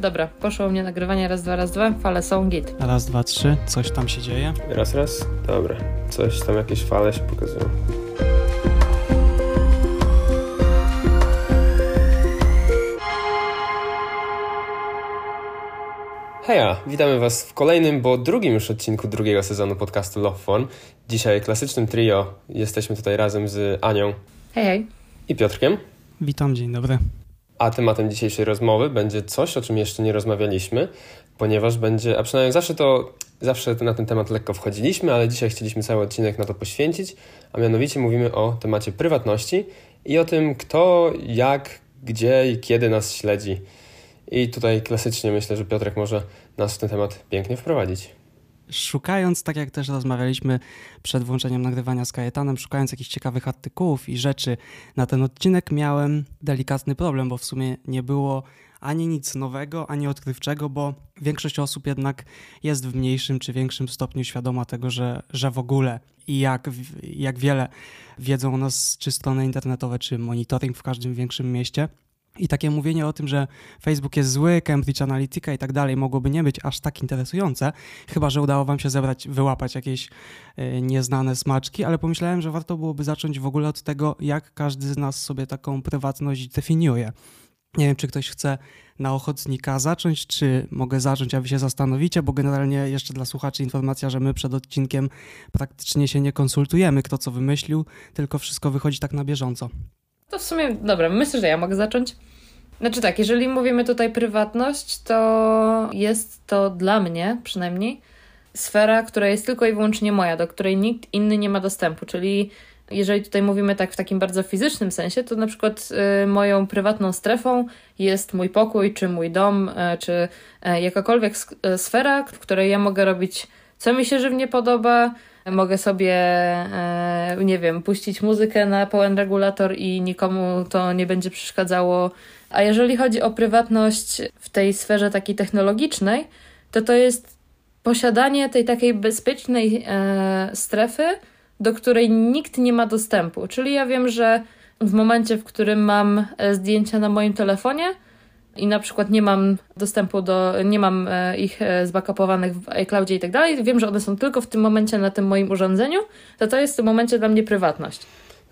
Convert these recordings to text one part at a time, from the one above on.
Dobra, poszło u mnie nagrywanie, raz, dwa, fale są, git. Raz, dwa, trzy, coś tam się dzieje. Raz, dobra. Coś tam, jakieś fale się pokazują. Heja, witamy Was w kolejnym, bo drugim już odcinku drugiego sezonu podcastu Love Phone. Dzisiaj klasycznym trio. Jesteśmy tutaj razem z Anią. Hej. I Piotrkiem. Witam, dzień dobry. A tematem dzisiejszej rozmowy będzie coś, o czym jeszcze nie rozmawialiśmy, ponieważ będzie, a przynajmniej zawsze na ten temat lekko wchodziliśmy, ale dzisiaj chcieliśmy cały odcinek na to poświęcić, a mianowicie mówimy o temacie prywatności i o tym, kto, jak, gdzie i kiedy nas śledzi. I tutaj klasycznie myślę, że Piotrek może nas w ten temat pięknie wprowadzić. Szukając, tak jak też rozmawialiśmy przed włączeniem nagrywania z Kajetanem, szukając jakichś ciekawych artykułów i rzeczy na ten odcinek, miałem delikatny problem, bo w sumie nie było ani nic nowego, ani odkrywczego, bo większość osób jednak jest w mniejszym czy większym stopniu świadoma tego, że w ogóle i jak wiele wiedzą o nas czy strony internetowe, czy monitoring w każdym większym mieście. I takie mówienie o tym, że Facebook jest zły, Cambridge Analytica i tak dalej mogłoby nie być aż tak interesujące, chyba że udało wam się wyłapać jakieś nieznane smaczki, ale pomyślałem, że warto byłoby zacząć w ogóle od tego, jak każdy z nas sobie taką prywatność definiuje. Nie wiem, czy ktoś chce na ochotnika zacząć, czy mogę zacząć, a wy się zastanowicie, bo generalnie jeszcze dla słuchaczy informacja, że my przed odcinkiem praktycznie się nie konsultujemy, kto co wymyślił, tylko wszystko wychodzi tak na bieżąco. To w sumie, dobra, myślę, że ja mogę zacząć. Znaczy tak, jeżeli mówimy tutaj prywatność, to jest to dla mnie przynajmniej sfera, która jest tylko i wyłącznie moja, do której nikt inny nie ma dostępu, czyli jeżeli tutaj mówimy tak w takim bardzo fizycznym sensie, to na przykład moją prywatną strefą jest mój pokój, czy mój dom, czy jakakolwiek sfera, w której ja mogę robić, co mi się żywnie podoba. Mogę sobie, nie wiem, puścić muzykę na pełen regulator i nikomu to nie będzie przeszkadzało. A jeżeli chodzi o prywatność w tej sferze takiej technologicznej, to jest posiadanie tej takiej bezpiecznej strefy, do której nikt nie ma dostępu. Czyli ja wiem, że w momencie, w którym mam zdjęcia na moim telefonie i na przykład nie mam dostępu nie mam ich zbackupowanych w iCloudzie i tak dalej, wiem, że one są tylko w tym momencie na tym moim urządzeniu, to jest w tym momencie dla mnie prywatność.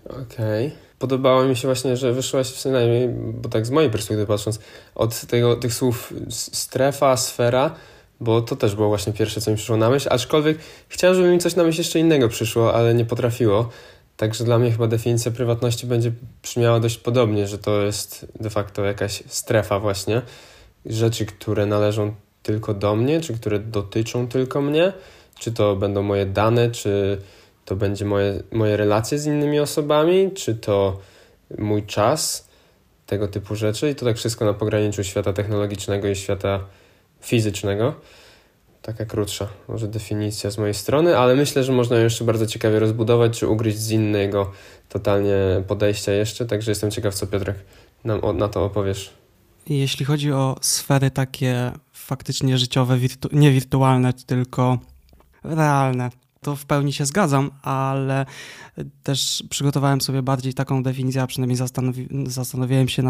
Okej. Podobało mi się właśnie, że wyszłaś przynajmniej, bo tak z mojej perspektywy patrząc, od tych słów strefa, sfera, bo to też było właśnie pierwsze, co mi przyszło na myśl, aczkolwiek chciałem, żeby mi coś na myśl jeszcze innego przyszło, ale nie potrafiło. Także dla mnie chyba definicja prywatności będzie brzmiała dość podobnie, że to jest de facto jakaś strefa właśnie. Rzeczy, które należą tylko do mnie, czy które dotyczą tylko mnie, czy to będą moje dane, czy to będzie moje relacje z innymi osobami, czy to mój czas, tego typu rzeczy. I to tak wszystko na pograniczu świata technologicznego i świata fizycznego. Taka krótsza może definicja z mojej strony, ale myślę, że można ją jeszcze bardzo ciekawie rozbudować, czy ugryźć z innego totalnie podejścia jeszcze, także jestem ciekaw, co Piotrek nam na to opowiesz. Jeśli chodzi o sfery takie faktycznie życiowe, nie wirtualne, tylko realne, to w pełni się zgadzam, ale też przygotowałem sobie bardziej taką definicję, a przynajmniej zastanowiłem się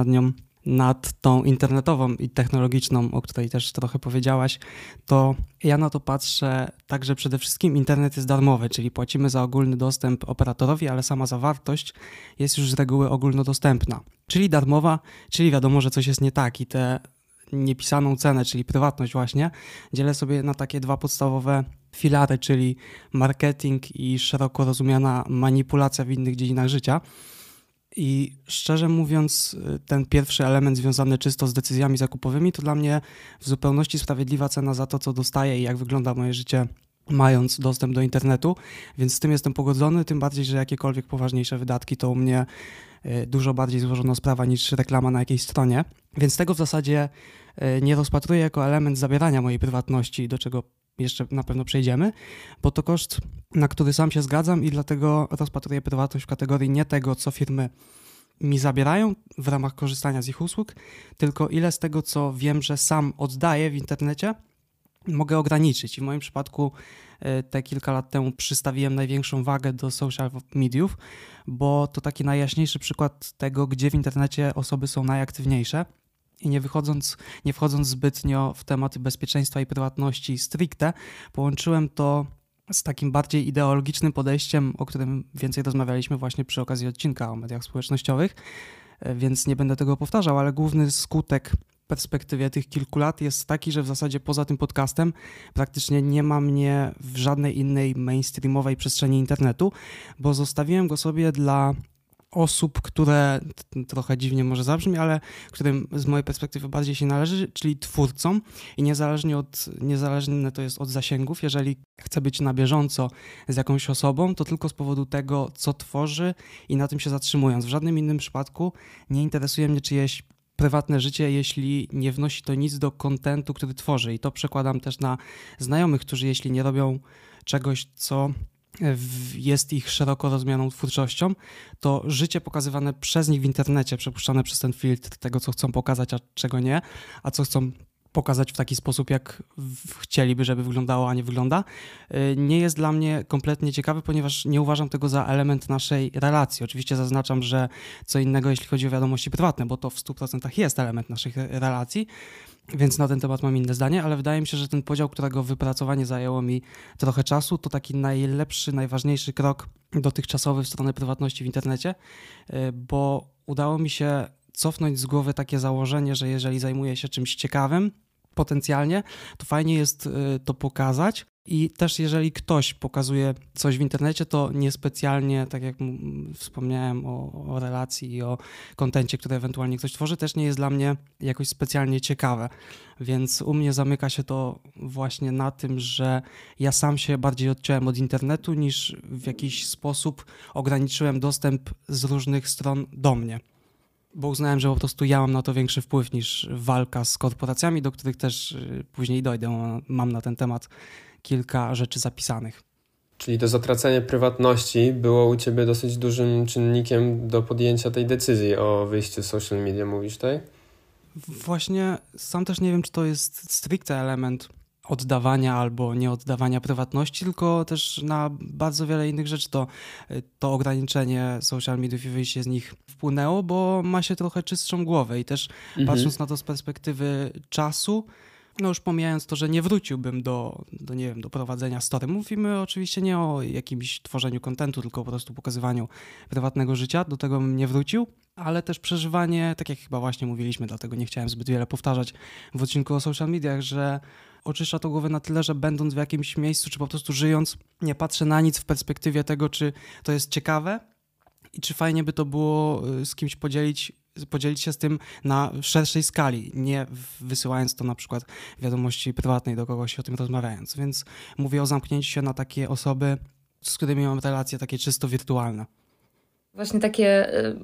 nad tą internetową i technologiczną, o której też trochę powiedziałaś, to ja na to patrzę tak, że przede wszystkim internet jest darmowy, czyli płacimy za ogólny dostęp operatorowi, ale sama zawartość jest już z reguły ogólnodostępna, czyli darmowa, czyli wiadomo, że coś jest nie tak i tę niepisaną cenę, czyli prywatność właśnie, dzielę sobie na takie dwa podstawowe filary, czyli marketing i szeroko rozumiana manipulacja w innych dziedzinach życia. I szczerze mówiąc, ten pierwszy element związany czysto z decyzjami zakupowymi to dla mnie w zupełności sprawiedliwa cena za to, co dostaję i jak wygląda moje życie, mając dostęp do internetu, więc z tym jestem pogodzony, tym bardziej, że jakiekolwiek poważniejsze wydatki to u mnie dużo bardziej złożona sprawa niż reklama na jakiejś stronie, więc tego w zasadzie nie rozpatruję jako element zabierania mojej prywatności, do czego jeszcze na pewno przejdziemy, bo to koszt, na który sam się zgadzam i dlatego rozpatruję prywatność w kategorii nie tego, co firmy mi zabierają w ramach korzystania z ich usług, tylko ile z tego, co wiem, że sam oddaję w internecie, mogę ograniczyć. I w moim przypadku te kilka lat temu przystawiłem największą wagę do social mediów, bo to taki najjaśniejszy przykład tego, gdzie w internecie osoby są najaktywniejsze. I nie wchodząc zbytnio w tematy bezpieczeństwa i prywatności stricte, połączyłem to z takim bardziej ideologicznym podejściem, o którym więcej rozmawialiśmy właśnie przy okazji odcinka o mediach społecznościowych, więc nie będę tego powtarzał, ale główny skutek w perspektywie tych kilku lat jest taki, że w zasadzie poza tym podcastem praktycznie nie ma mnie w żadnej innej mainstreamowej przestrzeni internetu, bo zostawiłem go sobie dla osób, które trochę dziwnie może zabrzmi, ale którym z mojej perspektywy bardziej się należy, czyli twórcom i niezależne to jest od zasięgów. Jeżeli chcę być na bieżąco z jakąś osobą, to tylko z powodu tego, co tworzy i na tym się zatrzymując. W żadnym innym przypadku nie interesuje mnie czyjeś prywatne życie, jeśli nie wnosi to nic do kontentu, który tworzy. I to przekładam też na znajomych, którzy jeśli nie robią czegoś, co jest ich szeroko rozumianą twórczością, to życie pokazywane przez nich w internecie, przepuszczane przez ten filtr tego, co chcą pokazać, a czego nie, a co chcą pokazać w taki sposób, jak chcieliby, żeby wyglądało, a nie wygląda, nie jest dla mnie kompletnie ciekawy, ponieważ nie uważam tego za element naszej relacji. Oczywiście zaznaczam, że co innego, jeśli chodzi o wiadomości prywatne, bo to w 100% jest element naszych relacji, więc na ten temat mam inne zdanie, ale wydaje mi się, że ten podział, którego wypracowanie zajęło mi trochę czasu, to taki najlepszy, najważniejszy krok dotychczasowy w stronę prywatności w internecie, bo udało mi się cofnąć z głowy takie założenie, że jeżeli zajmuję się czymś ciekawym, potencjalnie, to fajnie jest to pokazać i też jeżeli ktoś pokazuje coś w internecie, to niespecjalnie, tak jak wspomniałem o relacji i o kontencie, który ewentualnie ktoś tworzy, też nie jest dla mnie jakoś specjalnie ciekawe, więc u mnie zamyka się to właśnie na tym, że ja sam się bardziej odciąłem od internetu niż w jakiś sposób ograniczyłem dostęp z różnych stron do mnie. Bo uznałem, że po prostu ja mam na to większy wpływ niż walka z korporacjami, do których też później dojdę. Mam na ten temat kilka rzeczy zapisanych. Czyli to zatracenie prywatności było u ciebie dosyć dużym czynnikiem do podjęcia tej decyzji o wyjściu z social media, mówisz, tak? Właśnie sam też nie wiem, czy to jest stricte element oddawania albo nieoddawania prywatności, tylko też na bardzo wiele innych rzeczy to ograniczenie social mediów i wyjście z nich wpłynęło, bo ma się trochę czystszą głowę i też patrząc na to z perspektywy czasu, no już pomijając to, że nie wróciłbym do prowadzenia story. Mówimy oczywiście nie o jakimś tworzeniu kontentu, tylko po prostu pokazywaniu prywatnego życia, do tego bym nie wrócił, ale też przeżywanie, tak jak chyba właśnie mówiliśmy, dlatego nie chciałem zbyt wiele powtarzać w odcinku o social mediach, że oczyszcza to głowę na tyle, że będąc w jakimś miejscu, czy po prostu żyjąc, nie patrzę na nic w perspektywie tego, czy to jest ciekawe i czy fajnie by to było z kimś podzielić się z tym na szerszej skali, nie wysyłając to na przykład wiadomości prywatnej do kogoś o tym rozmawiając. Więc mówię o zamknięciu się na takie osoby, z którymi mam relacje takie czysto wirtualne. Właśnie takie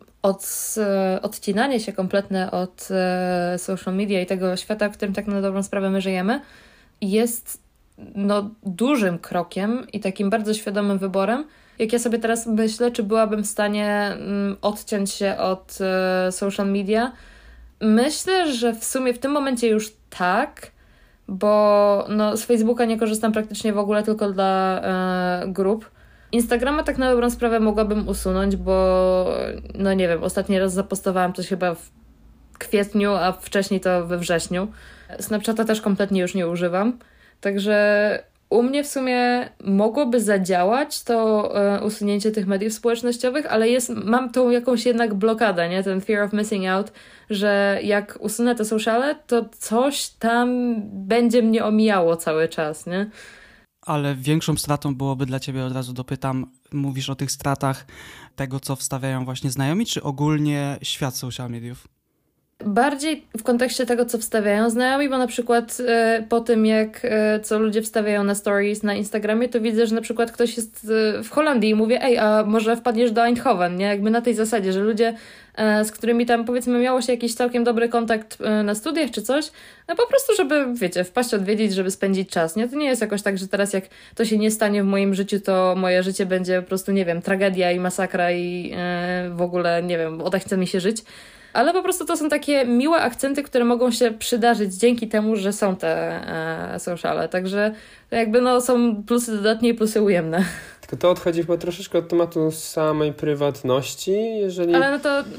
odcinanie się kompletne od social media i tego świata, w którym tak na dobrą sprawę my żyjemy, jest dużym krokiem i takim bardzo świadomym wyborem. Jak ja sobie teraz myślę, czy byłabym w stanie odciąć się od social media, myślę, że w sumie w tym momencie już tak, bo z Facebooka nie korzystam praktycznie w ogóle, tylko dla grup. Instagrama tak na dobrą sprawę mogłabym usunąć, bo nie wiem, ostatni raz zapostowałam coś chyba w kwietniu, a wcześniej to we wrześniu. Snapchata też kompletnie już nie używam, także u mnie w sumie mogłoby zadziałać to usunięcie tych mediów społecznościowych, ale mam tą jakąś jednak blokadę, nie? Ten fear of missing out, że jak usunę te sociale, to coś tam będzie mnie omijało cały czas, nie? Ale większą stratą byłoby dla ciebie, od razu dopytam, mówisz o tych stratach tego, co wstawiają właśnie znajomi, czy ogólnie świat social mediów? Bardziej w kontekście tego, co wstawiają znajomi, bo na przykład po tym, co ludzie wstawiają na stories na Instagramie, to widzę, że na przykład ktoś jest w Holandii i mówię, ej, a może wpadniesz do Eindhoven, nie? Jakby na tej zasadzie, że ludzie, z którymi tam powiedzmy miało się jakiś całkiem dobry kontakt na studiach czy coś, po prostu, żeby, wiecie, wpaść odwiedzić, żeby spędzić czas, nie? To nie jest jakoś tak, że teraz jak to się nie stanie w moim życiu, to moje życie będzie po prostu, nie wiem, tragedia i masakra i w ogóle, nie wiem, odechce mi się żyć. Ale po prostu to są takie miłe akcenty, które mogą się przydarzyć dzięki temu, że są te sociale. Także jakby są plusy dodatnie i plusy ujemne. Tylko to odchodzi chyba troszeczkę od tematu samej prywatności, jeżeli... Ale to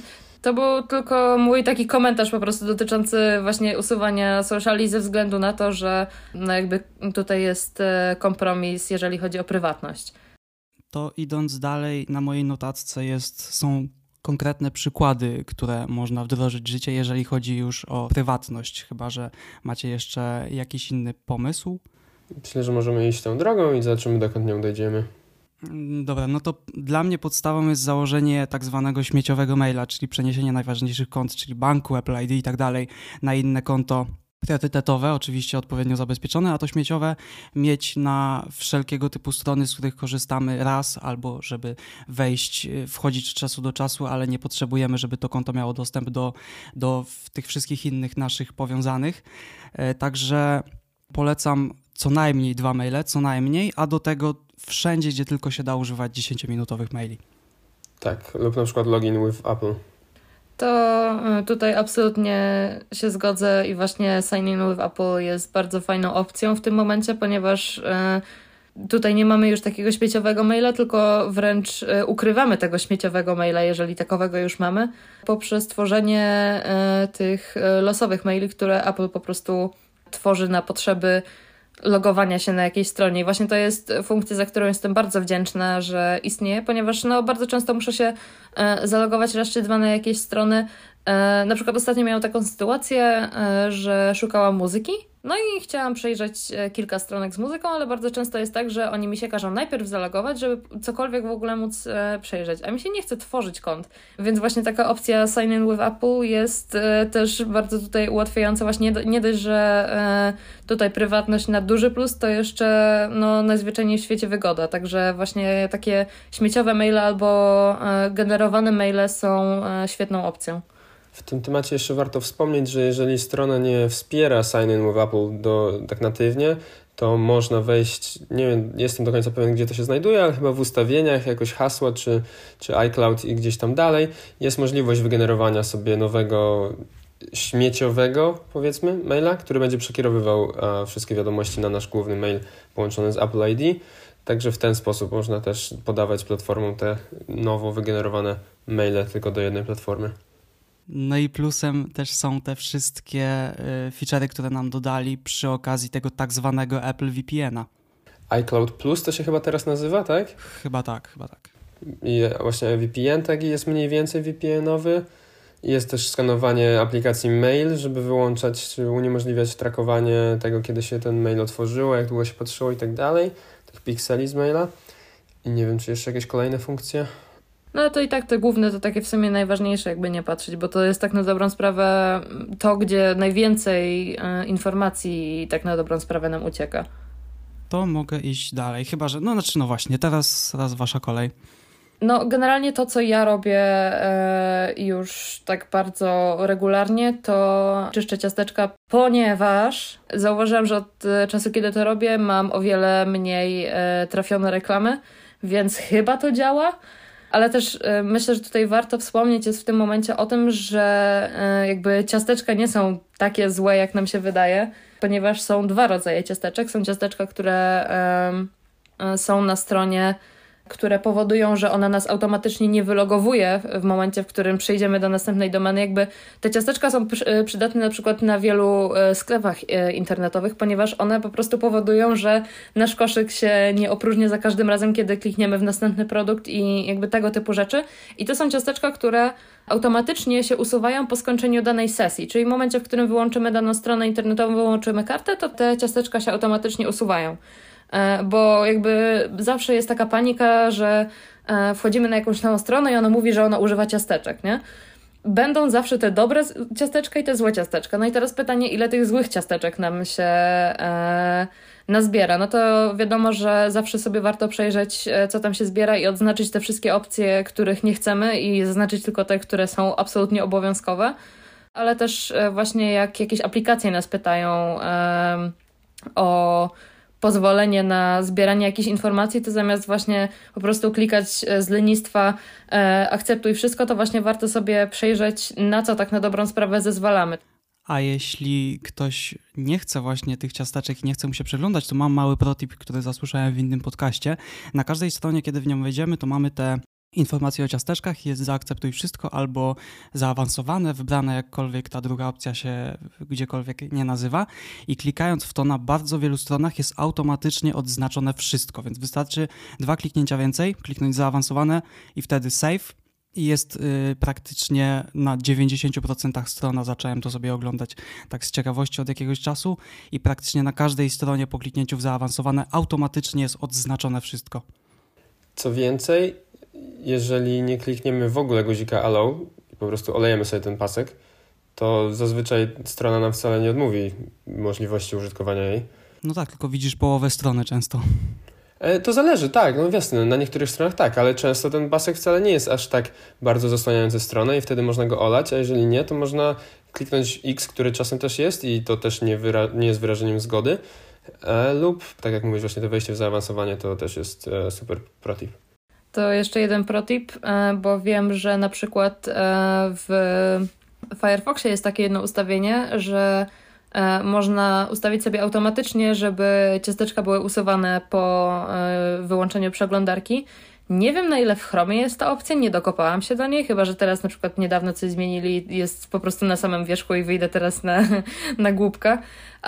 To był tylko mój taki komentarz po prostu dotyczący właśnie usuwania sociali ze względu na to, że no jakby tutaj jest kompromis, jeżeli chodzi o prywatność. To idąc dalej, na mojej notatce są konkretne przykłady, które można wdrożyć w życie, jeżeli chodzi już o prywatność, chyba że macie jeszcze jakiś inny pomysł. Myślę, że możemy iść tą drogą i zobaczymy, dokąd nią dojdziemy. Dobra, no to dla mnie podstawą jest założenie tak zwanego śmieciowego maila, czyli przeniesienie najważniejszych kont, czyli banku, Apple ID i tak dalej, na inne konto priorytetowe, oczywiście odpowiednio zabezpieczone, a to śmieciowe mieć na wszelkiego typu strony, z których korzystamy raz, albo żeby wchodzić z czasu do czasu, ale nie potrzebujemy, żeby to konto miało dostęp do tych wszystkich innych naszych powiązanych. Także polecam co najmniej 2 maile, co najmniej, a do tego wszędzie, gdzie tylko się da używać 10-minutowych maili. Tak, lub na przykład login with Apple. To tutaj absolutnie się zgodzę i właśnie Sign in with Apple jest bardzo fajną opcją w tym momencie, ponieważ tutaj nie mamy już takiego śmieciowego maila, tylko wręcz ukrywamy tego śmieciowego maila, jeżeli takowego już mamy, poprzez tworzenie tych losowych maili, które Apple po prostu tworzy na potrzeby logowania się na jakiejś stronie. I właśnie to jest funkcja, za którą jestem bardzo wdzięczna, że istnieje, ponieważ bardzo często muszę się zalogować raz czy dwa na jakieś strony. Na przykład ostatnio miałam taką sytuację, że szukałam muzyki, no i chciałam przejrzeć kilka stronek z muzyką, ale bardzo często jest tak, że oni mi się każą najpierw zalogować, żeby cokolwiek w ogóle móc przejrzeć, a mi się nie chce tworzyć kont. Więc właśnie taka opcja Sign in with Apple jest też bardzo tutaj ułatwiająca. Właśnie nie dość, że tutaj prywatność na duży plus, to jeszcze najzwyczajniej w świecie wygoda. Także właśnie takie śmieciowe maile albo generowane maile są świetną opcją. W tym temacie jeszcze warto wspomnieć, że jeżeli strona nie wspiera Sign in with Apple tak natywnie, to można wejść, nie wiem, nie jestem do końca pewien, gdzie to się znajduje, ale chyba w ustawieniach jakoś hasła czy iCloud i gdzieś tam dalej jest możliwość wygenerowania sobie nowego śmieciowego, powiedzmy, maila, który będzie przekierowywał wszystkie wiadomości na nasz główny mail połączony z Apple ID. Także w ten sposób można też podawać platformom te nowo wygenerowane maile tylko do jednej platformy. No i plusem też są te wszystkie feature'y, które nam dodali przy okazji tego tak zwanego Apple VPN-a. iCloud Plus to się chyba teraz nazywa, tak? Chyba tak. I właśnie VPN taki jest mniej więcej VPN-owy. Jest też skanowanie aplikacji mail, żeby wyłączać czy uniemożliwiać trakowanie tego, kiedy się ten mail otworzyło, jak długo się patrzyło i tak dalej. Tych pikseli z maila. I nie wiem, czy jeszcze jakieś kolejne funkcje. No to i tak te główne to takie w sumie najważniejsze, jakby nie patrzeć, bo to jest tak na dobrą sprawę to, gdzie najwięcej informacji tak na dobrą sprawę nam ucieka. To mogę iść dalej, chyba że, właśnie, teraz wasza kolej. No generalnie to, co ja robię już tak bardzo regularnie, to czyszczę ciasteczka, ponieważ zauważyłam, że od czasu, kiedy to robię, mam o wiele mniej trafione reklamy, więc chyba to działa. Ale też myślę, że tutaj warto wspomnieć jest w tym momencie o tym, że jakby ciasteczka nie są takie złe, jak nam się wydaje, ponieważ są 2 rodzaje ciasteczek. Są ciasteczka, które są na stronie, które powodują, że ona nas automatycznie nie wylogowuje w momencie, w którym przejdziemy do następnej domeny. Jakby te ciasteczka są przydatne na przykład na wielu sklepach internetowych, ponieważ one po prostu powodują, że nasz koszyk się nie opróżnia za każdym razem, kiedy klikniemy w następny produkt i jakby tego typu rzeczy. I to są ciasteczka, które automatycznie się usuwają po skończeniu danej sesji, czyli w momencie, w którym wyłączymy daną stronę internetową, wyłączymy kartę, to te ciasteczka się automatycznie usuwają. Bo jakby zawsze jest taka panika, że wchodzimy na jakąś nową stronę i ona mówi, że ona używa ciasteczek, nie? Będą zawsze te dobre ciasteczka i te złe ciasteczka. No i teraz pytanie, ile tych złych ciasteczek nam się nazbiera? No to wiadomo, że zawsze sobie warto przejrzeć, co tam się zbiera i odznaczyć te wszystkie opcje, których nie chcemy i zaznaczyć tylko te, które są absolutnie obowiązkowe. Ale też właśnie jak jakieś aplikacje nas pytają o pozwolenie na zbieranie jakichś informacji, to zamiast właśnie po prostu klikać z lenistwa akceptuj wszystko, to właśnie warto sobie przejrzeć, na co tak na dobrą sprawę zezwalamy. A jeśli ktoś nie chce właśnie tych ciasteczek i nie chce mu się przeglądać, to mam mały protip, który zasłyszałem w innym podcaście. Na każdej stronie, kiedy w nią wejdziemy, to mamy te informacje o ciasteczkach, jest zaakceptuj wszystko albo zaawansowane, wybrane jakkolwiek ta druga opcja się gdziekolwiek nie nazywa i klikając w to na bardzo wielu stronach jest automatycznie odznaczone wszystko, więc wystarczy 2 kliknięcia więcej, kliknąć zaawansowane i wtedy save i jest praktycznie na 90% strona, zacząłem to sobie oglądać tak z ciekawości od jakiegoś czasu i praktycznie na każdej stronie po kliknięciu w zaawansowane automatycznie jest odznaczone wszystko. Co więcej, jeżeli nie klikniemy w ogóle guzika allow i po prostu olejemy sobie ten pasek, to zazwyczaj strona nam wcale nie odmówi możliwości użytkowania jej. No tak, tylko widzisz połowę strony często. To zależy, tak, no jasne, na niektórych stronach tak, ale często ten pasek wcale nie jest aż tak bardzo zasłaniający stronę i wtedy można go olać, a jeżeli nie, to można kliknąć X, który czasem też jest i to też nie jest wyrażeniem zgody, lub, tak jak mówisz, właśnie to wejście w zaawansowanie to też jest super protip. To jeszcze jeden protip, bo wiem, że na przykład w Firefoxie jest takie jedno ustawienie, że można ustawić sobie automatycznie, żeby ciasteczka były usuwane po wyłączeniu przeglądarki. Nie wiem, na ile w Chromie jest ta opcja, nie dokopałam się do niej, chyba że teraz na przykład niedawno coś zmienili, jest po prostu na samym wierzchu i wyjdę teraz na głupka,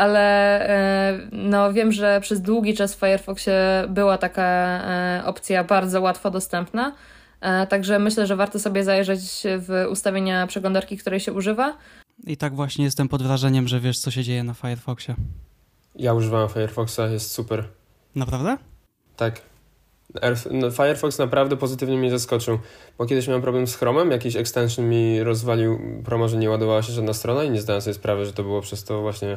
ale no wiem, że przez długi czas w Firefoxie była taka opcja bardzo łatwo dostępna, także myślę, że warto sobie zajrzeć w ustawienia przeglądarki, której się używa. I tak właśnie jestem pod wrażeniem, że wiesz, co się dzieje na Firefoxie. Ja używałem Firefoxa, jest super. Naprawdę? Tak. Firefox naprawdę pozytywnie mnie zaskoczył, bo kiedyś miałem problem z Chromem, jakiś extension mi rozwalił Chroma, że nie ładowała się żadna strona i nie zdałem sobie sprawy, że to było przez to właśnie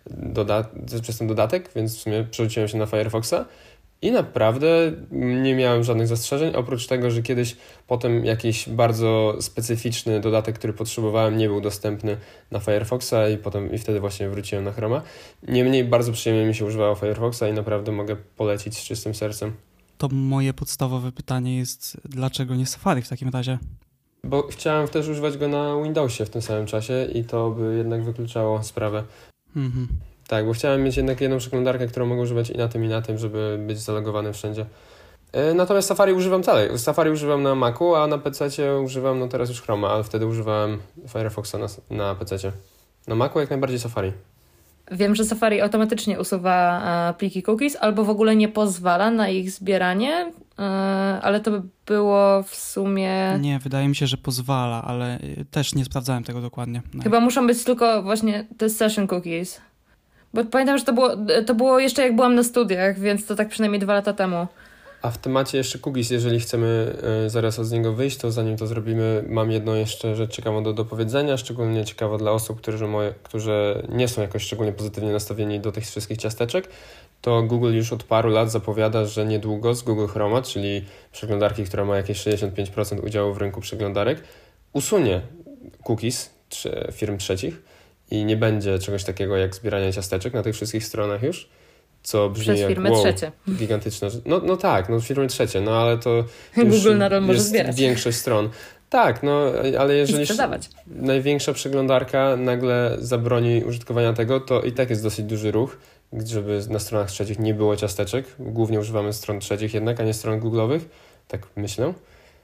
przez ten dodatek, więc w sumie przerzuciłem się na Firefoxa i naprawdę nie miałem żadnych zastrzeżeń, oprócz tego, że kiedyś potem jakiś bardzo specyficzny dodatek, który potrzebowałem, nie był dostępny na Firefoxa i wtedy właśnie wróciłem na Chroma. Niemniej bardzo przyjemnie mi się używało Firefoxa i naprawdę mogę polecić z czystym sercem. To moje podstawowe pytanie jest, dlaczego nie Safari w takim razie? Bo chciałem też używać go na Windowsie w tym samym czasie i to by jednak wykluczało sprawę. Mhm. Tak, bo chciałem mieć jednak jedną przeglądarkę, którą mogę używać i na tym, żeby być zalogowany wszędzie. Natomiast Safari używam dalej. Safari używam na Macu, a na PC-cie używam, no teraz już Chroma, ale wtedy używałem Firefoxa na PC-cie. Na Macu jak najbardziej Safari. Wiem, że Safari automatycznie usuwa pliki cookies albo w ogóle nie pozwala na ich zbieranie, ale to by było w sumie... Nie, wydaje mi się, że pozwala, ale też nie sprawdzałem tego dokładnie. No. Chyba muszą być tylko właśnie te session cookies. Bo pamiętam, że to było jeszcze jak byłam na studiach, więc to tak przynajmniej 2 lata temu. A w temacie jeszcze cookies, jeżeli chcemy zaraz od niego wyjść, to zanim to zrobimy, mam jedną jeszcze rzecz ciekawą do powiedzenia, szczególnie ciekawą dla osób, którzy nie są jakoś szczególnie pozytywnie nastawieni do tych wszystkich ciasteczek, to Google już od paru lat zapowiada, że niedługo z Google Chroma, czyli przeglądarki, która ma jakieś 65% udziału w rynku przeglądarek, usunie cookies firm trzecich i nie będzie czegoś takiego jak zbieranie ciasteczek na tych wszystkich stronach już. Co brzmi przez jak firmy trzecie. Gigantyczna rzecz. No tak, firmy trzecie, no ale to Google nadal może jest zbierać. Większość stron. Tak, no ale jeżeli największa przeglądarka nagle zabroni użytkowania tego, to i tak jest dosyć duży ruch, żeby na stronach trzecich nie było ciasteczek. Głównie używamy stron trzecich jednak, a nie stron Google'owych, tak myślę.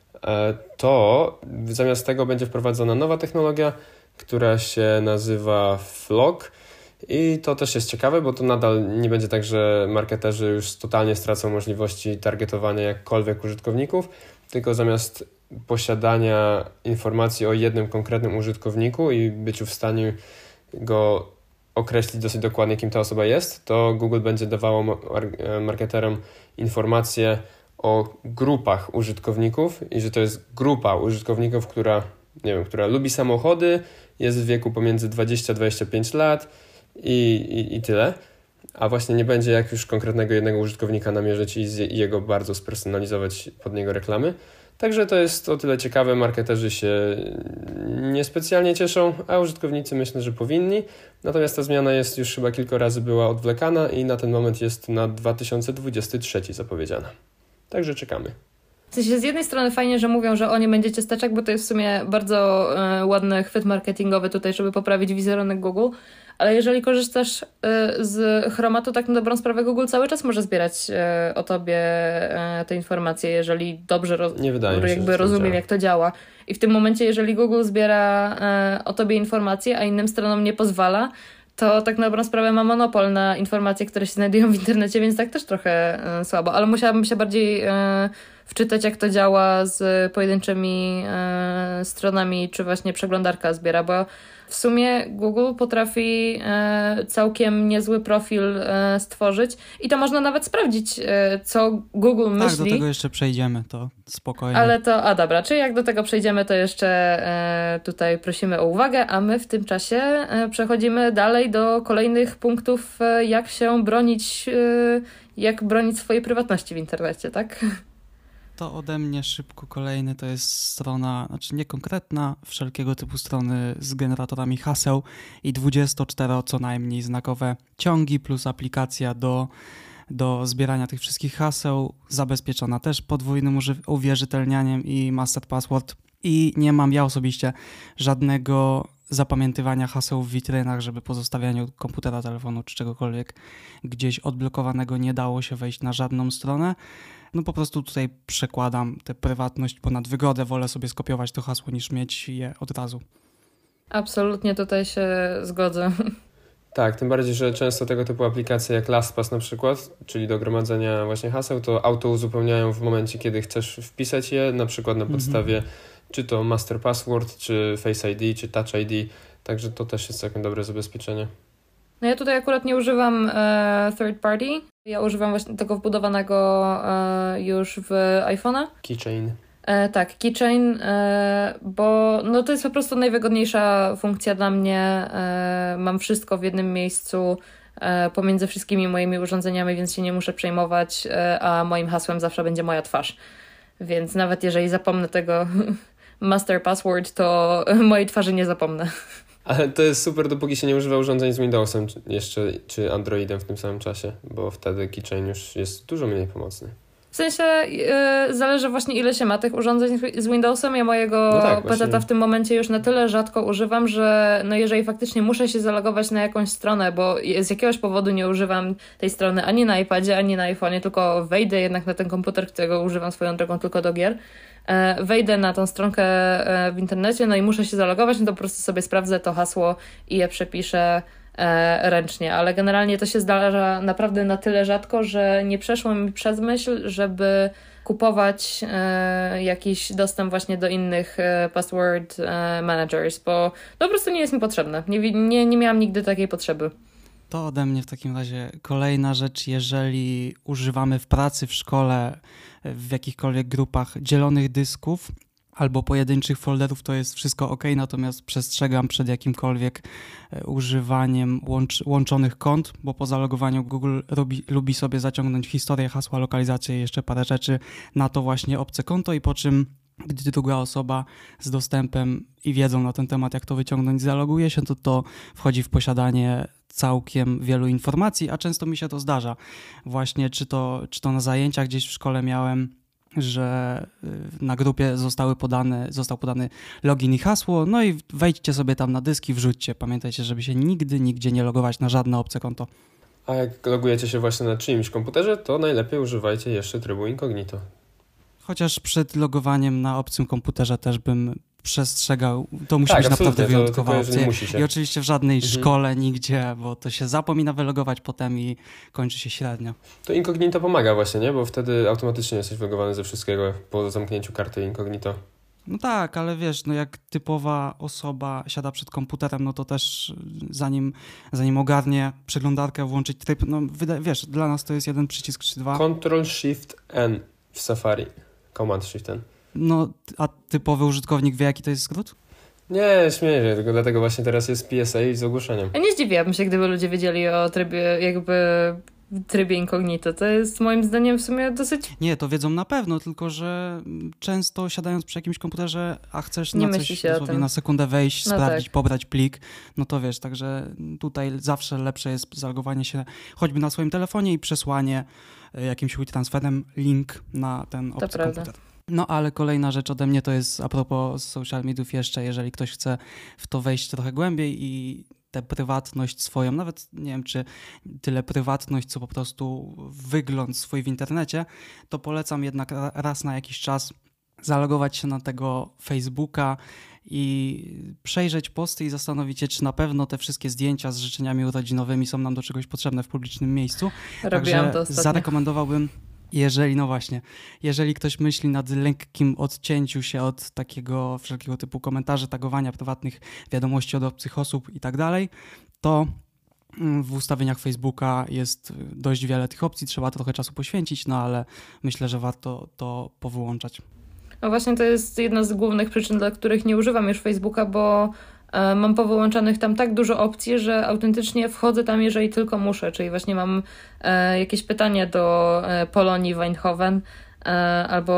To zamiast tego będzie wprowadzona nowa technologia, która się nazywa Flock. I to też jest ciekawe, bo to nadal nie będzie tak, że marketerzy już totalnie stracą możliwości targetowania jakkolwiek użytkowników, tylko zamiast posiadania informacji o jednym konkretnym użytkowniku i byciu w stanie go określić dosyć dokładnie, kim ta osoba jest, to Google będzie dawało marketerom informacje o grupach użytkowników i że to jest grupa użytkowników, która lubi samochody, jest w wieku pomiędzy 20-25 lat, i tyle, a właśnie nie będzie jak już konkretnego jednego użytkownika namierzyć i jego bardzo spersonalizować pod niego reklamy. Także to jest o tyle ciekawe, marketerzy się niespecjalnie cieszą, a użytkownicy myślę, że powinni. Natomiast ta zmiana jest już chyba kilka razy była odwlekana i na ten moment jest na 2023 zapowiedziana. Także czekamy. W sensie z jednej strony fajnie, że mówią, że nie będzie ciasteczek, bo to jest w sumie bardzo ładny chwyt marketingowy tutaj, żeby poprawić wizerunek Google, ale jeżeli korzystasz z Chroma, to tak na dobrą sprawę Google cały czas może zbierać o tobie te informacje, jeżeli dobrze Nie wydaje mi się, że rozumiem, działa. jak to działa. I w tym momencie, jeżeli Google zbiera o tobie informacje, a innym stronom nie pozwala, to tak na dobrą sprawę ma monopol na informacje, które się znajdują w internecie, więc tak też trochę słabo. Ale musiałabym się bardziej wczytać, jak to działa z pojedynczymi stronami, czy właśnie przeglądarka zbiera, bo w sumie Google potrafi całkiem niezły profil stworzyć i to można nawet sprawdzić, co Google myśli. Tak, do tego jeszcze przejdziemy, to spokojnie. Ale to, dobra, czyli jak do tego przejdziemy, to jeszcze tutaj prosimy o uwagę, a my w tym czasie przechodzimy dalej do kolejnych punktów, jak się bronić, jak bronić swojej prywatności w internecie, tak? To ode mnie szybko kolejny to jest strona, znaczy niekonkretna, wszelkiego typu strony z generatorami haseł i 24 co najmniej znakowe ciągi plus aplikacja do zbierania tych wszystkich haseł, zabezpieczona też podwójnym uwierzytelnianiem i master password. I nie mam ja osobiście żadnego zapamiętywania haseł w witrynach, żeby po zostawianiu komputera, telefonu czy czegokolwiek gdzieś odblokowanego nie dało się wejść na żadną stronę. No po prostu tutaj przekładam tę prywatność ponad wygodę, wolę sobie skopiować to hasło niż mieć je od razu. Absolutnie tutaj się zgodzę. Tak, tym bardziej, że często tego typu aplikacje jak LastPass na przykład, czyli do gromadzenia właśnie haseł, to auto uzupełniają w momencie, kiedy chcesz wpisać je, na przykład na podstawie czy to Master Password, czy Face ID, czy Touch ID, także to też jest całkiem dobre zabezpieczenie. No ja tutaj akurat nie używam third party, ja używam właśnie tego wbudowanego już w iPhone'a. Keychain. Tak, Keychain, bo no to jest po prostu najwygodniejsza funkcja dla mnie. Mam wszystko w jednym miejscu pomiędzy wszystkimi moimi urządzeniami, więc się nie muszę przejmować, a moim hasłem zawsze będzie moja twarz. Więc nawet jeżeli zapomnę tego master password, to mojej twarzy nie zapomnę. Ale to jest super, dopóki się nie używa urządzeń z Windowsem jeszcze, czy Androidem w tym samym czasie, bo wtedy Keychain już jest dużo mniej pomocny. W sensie zależy właśnie ile się ma tych urządzeń z Windowsem. Ja mojego PC-ta w tym momencie już na tyle rzadko używam, że no jeżeli faktycznie muszę się zalogować na jakąś stronę, bo z jakiegoś powodu nie używam tej strony ani na iPadzie, ani na iPhone'ie, tylko wejdę jednak na ten komputer, którego używam swoją drogą tylko do gier, wejdę na tą stronkę w internecie, no i muszę się zalogować, no to po prostu sobie sprawdzę to hasło i je przepiszę ręcznie, ale generalnie to się zdarza naprawdę na tyle rzadko, że nie przeszło mi przez myśl, żeby kupować jakiś dostęp właśnie do innych password managers, bo to po prostu nie jest mi potrzebne. Nie miałam nigdy takiej potrzeby. To ode mnie w takim razie kolejna rzecz, jeżeli używamy w pracy, w szkole, w jakichkolwiek grupach dzielonych dysków albo pojedynczych folderów, to jest wszystko ok, natomiast przestrzegam przed jakimkolwiek używaniem łączonych kont, bo po zalogowaniu Google lubi sobie zaciągnąć historię, hasła, lokalizację i jeszcze parę rzeczy na to właśnie obce konto i po czym gdy druga osoba z dostępem i wiedzą na ten temat, jak to wyciągnąć, zaloguje się, to wchodzi w posiadanie całkiem wielu informacji, a często mi się to zdarza. Właśnie czy to na zajęciach gdzieś w szkole miałem, że na grupie został podany login i hasło, no i wejdźcie sobie tam na dysk i wrzućcie. Pamiętajcie, żeby się nigdzie nie logować na żadne obce konto. A jak logujecie się właśnie na czyimś komputerze, to najlepiej używajcie jeszcze trybu incognito. Chociaż przed logowaniem na obcym komputerze też bym przestrzegał. To musi być naprawdę wyjątkowa opcja. I oczywiście w żadnej szkole, nigdzie, bo to się zapomina wylogować potem i kończy się średnio. To incognito pomaga właśnie, nie? Bo wtedy automatycznie jesteś wylogowany ze wszystkiego po zamknięciu karty incognito. No tak, ale wiesz, no jak typowa osoba siada przed komputerem, no to też zanim ogarnie przeglądarkę, włączyć tryb, no wiesz, dla nas to jest jeden przycisk czy dwa. Ctrl-Shift-N w Safari. Command-Shift-N. No, a typowy użytkownik wie, jaki to jest skrót? Nie, śmieję się, tylko dlatego właśnie teraz jest PSA z ogłoszeniem. Ja nie zdziwiłabym się, gdyby ludzie wiedzieli o trybie incognito. To jest moim zdaniem w sumie dosyć... Nie, to wiedzą na pewno, tylko że często siadając przy jakimś komputerze, a chcesz nie na coś się dosłownie na sekundę wejść, sprawdzić, tak. Pobrać plik, no to wiesz, także tutaj zawsze lepsze jest zalogowanie się choćby na swoim telefonie i przesłanie jakimś transferem link na ten obcy komputer. No ale kolejna rzecz ode mnie to jest a propos social mediów jeszcze, jeżeli ktoś chce w to wejść trochę głębiej i tę prywatność swoją, nawet nie wiem, czy tyle prywatność, co po prostu wygląd swój w internecie, to polecam jednak raz na jakiś czas zalogować się na tego Facebooka i przejrzeć posty i zastanowić się, czy na pewno te wszystkie zdjęcia z życzeniami urodzinowymi są nam do czegoś potrzebne w publicznym miejscu. Robiłam Także to ostatnio. zarekomendowałbym, jeżeli ktoś myśli nad lekkim odcięciu się od takiego wszelkiego typu komentarzy, tagowania prywatnych wiadomości od obcych osób i tak dalej, to w ustawieniach Facebooka jest dość wiele tych opcji, trzeba trochę czasu poświęcić, no ale myślę, że warto to powyłączać. No właśnie to jest jedna z głównych przyczyn, dla których nie używam już Facebooka, bo mam powyłączanych tam tak dużo opcji, że autentycznie wchodzę tam, jeżeli tylko muszę. Czyli właśnie mam jakieś pytanie do Polonii Eindhoven albo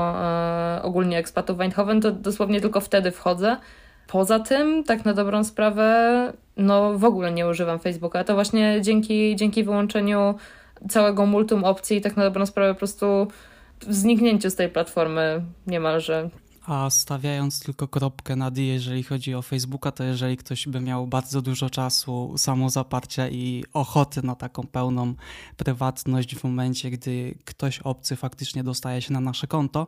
ogólnie ekspatów Eindhoven, to dosłownie tylko wtedy wchodzę. Poza tym, tak na dobrą sprawę, no w ogóle nie używam Facebooka. To właśnie dzięki wyłączeniu całego multum opcji, tak na dobrą sprawę po prostu zniknięciu z tej platformy niemalże. A stawiając tylko kropkę nad i, jeżeli chodzi o Facebooka, to jeżeli ktoś by miał bardzo dużo czasu, samozaparcia i ochoty na taką pełną prywatność w momencie, gdy ktoś obcy faktycznie dostaje się na nasze konto,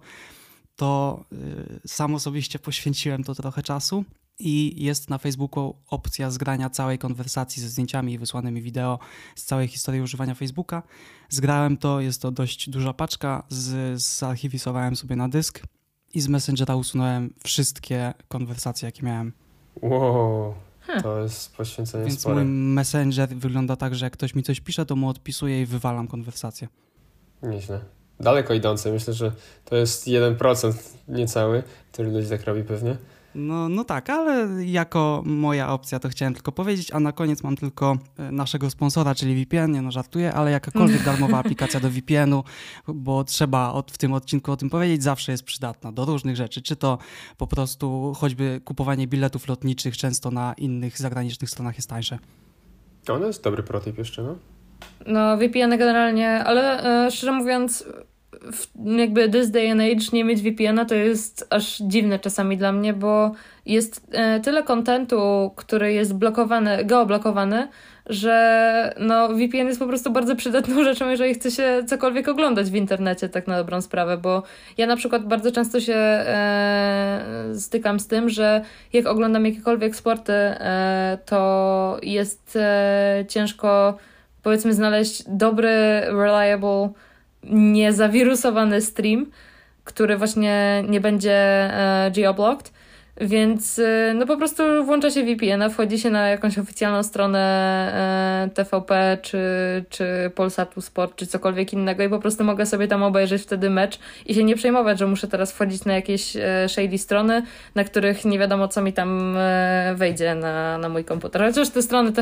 to sam osobiście poświęciłem to trochę czasu i jest na Facebooku opcja zgrania całej konwersacji ze zdjęciami i wysłanymi wideo z całej historii używania Facebooka. Zgrałem to, jest to dość duża paczka, zarchiwisowałem sobie na dysk i z Messengera usunąłem wszystkie konwersacje, jakie miałem. Wow, to jest poświęcenie Więc spore. mój Messenger wygląda tak, że jak ktoś mi coś pisze, to mu odpisuję i wywalam konwersację. Nieźle. Daleko idące. Myślę, że to jest 1% niecały, który ludzi tak robi pewnie. No tak, ale jako moja opcja to chciałem tylko powiedzieć, a na koniec mam tylko naszego sponsora, czyli VPN, nie no żartuję, ale jakakolwiek darmowa aplikacja do VPN-u, bo trzeba w tym odcinku o tym powiedzieć, zawsze jest przydatna do różnych rzeczy, czy to po prostu choćby kupowanie biletów lotniczych często na innych zagranicznych stronach jest tańsze. To jest dobry protip jeszcze, no. No VPN generalnie, ale szczerze mówiąc jakby this day and age nie mieć VPN-a to jest aż dziwne czasami dla mnie, bo jest tyle kontentu, który jest geoblokowany, że no VPN jest po prostu bardzo przydatną rzeczą, jeżeli chce się cokolwiek oglądać w internecie, tak na dobrą sprawę, bo ja na przykład bardzo często się stykam z tym, że jak oglądam jakiekolwiek sporty, to jest ciężko powiedzmy znaleźć dobry, reliable, niezawirusowany stream, który właśnie nie będzie geoblocked, więc no po prostu włącza się VPN-a, wchodzi się na jakąś oficjalną stronę TVP czy Polsatu Sport czy cokolwiek innego i po prostu mogę sobie tam obejrzeć wtedy mecz i się nie przejmować, że muszę teraz wchodzić na jakieś shady strony, na których nie wiadomo co mi tam wejdzie na mój komputer. Chociaż te strony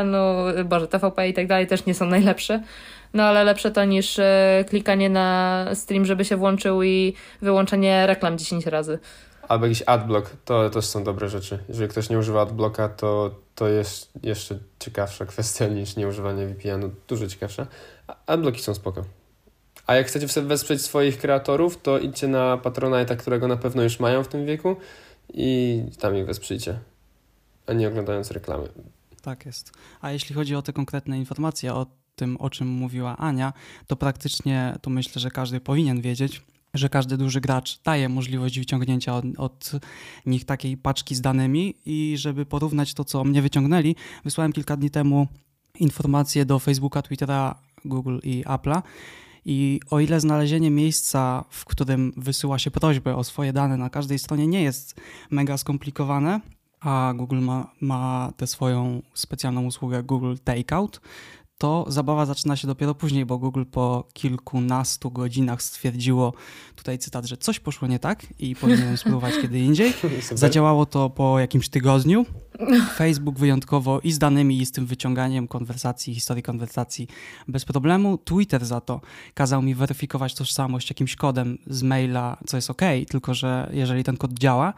TVP i tak dalej też nie są najlepsze. No ale lepsze to niż klikanie na stream, żeby się włączył i wyłączenie reklam 10 razy. Albo jakiś adblock, to też są dobre rzeczy. Jeżeli ktoś nie używa adblocka, to jest jeszcze ciekawsza kwestia niż nieużywanie VPN-u. Dużo ciekawsza. Adblocki są spoko. A jak chcecie wesprzeć swoich kreatorów, to idźcie na Patronite'a, którego na pewno już mają w tym wieku i tam ich wesprzyjcie, a nie oglądając reklamy. Tak jest. A jeśli chodzi o te konkretne informacje, o tym, o czym mówiła Ania, to praktycznie to myślę, że każdy powinien wiedzieć, że każdy duży gracz daje możliwość wyciągnięcia od nich takiej paczki z danymi i żeby porównać to, co mnie wyciągnęli, wysłałem kilka dni temu informacje do Facebooka, Twittera, Google i Apple'a i o ile znalezienie miejsca, w którym wysyła się prośbę o swoje dane na każdej stronie nie jest mega skomplikowane, a Google ma tę swoją specjalną usługę Google Takeout, to zabawa zaczyna się dopiero później, bo Google po kilkunastu godzinach stwierdziło, tutaj cytat, że coś poszło nie tak i powinienem spróbować kiedy indziej. Zadziałało to po jakimś tygodniu. Facebook wyjątkowo i z danymi, i z tym wyciąganiem konwersacji, historii konwersacji bez problemu. Twitter za to kazał mi weryfikować tożsamość jakimś kodem z maila, co jest okej, tylko że jeżeli ten kod działa,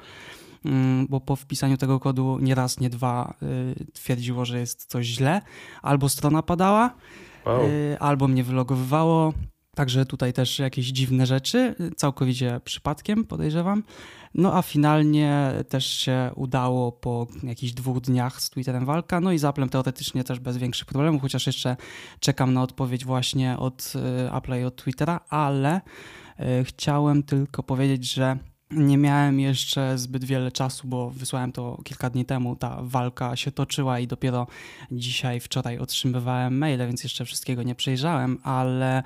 bo po wpisaniu tego kodu nie raz, nie dwa twierdziło, że jest coś źle, albo strona padała, albo mnie wylogowywało. Także tutaj też jakieś dziwne rzeczy, całkowicie przypadkiem podejrzewam. No a finalnie też się udało po jakichś 2 dniach z Twitterem walka, no i z Applem teoretycznie też bez większych problemów, chociaż jeszcze czekam na odpowiedź właśnie od Apple'a i od Twittera, ale chciałem tylko powiedzieć, że nie miałem jeszcze zbyt wiele czasu, bo wysłałem to kilka dni temu, ta walka się toczyła i dopiero dzisiaj, wczoraj otrzymywałem maile, więc jeszcze wszystkiego nie przejrzałem, ale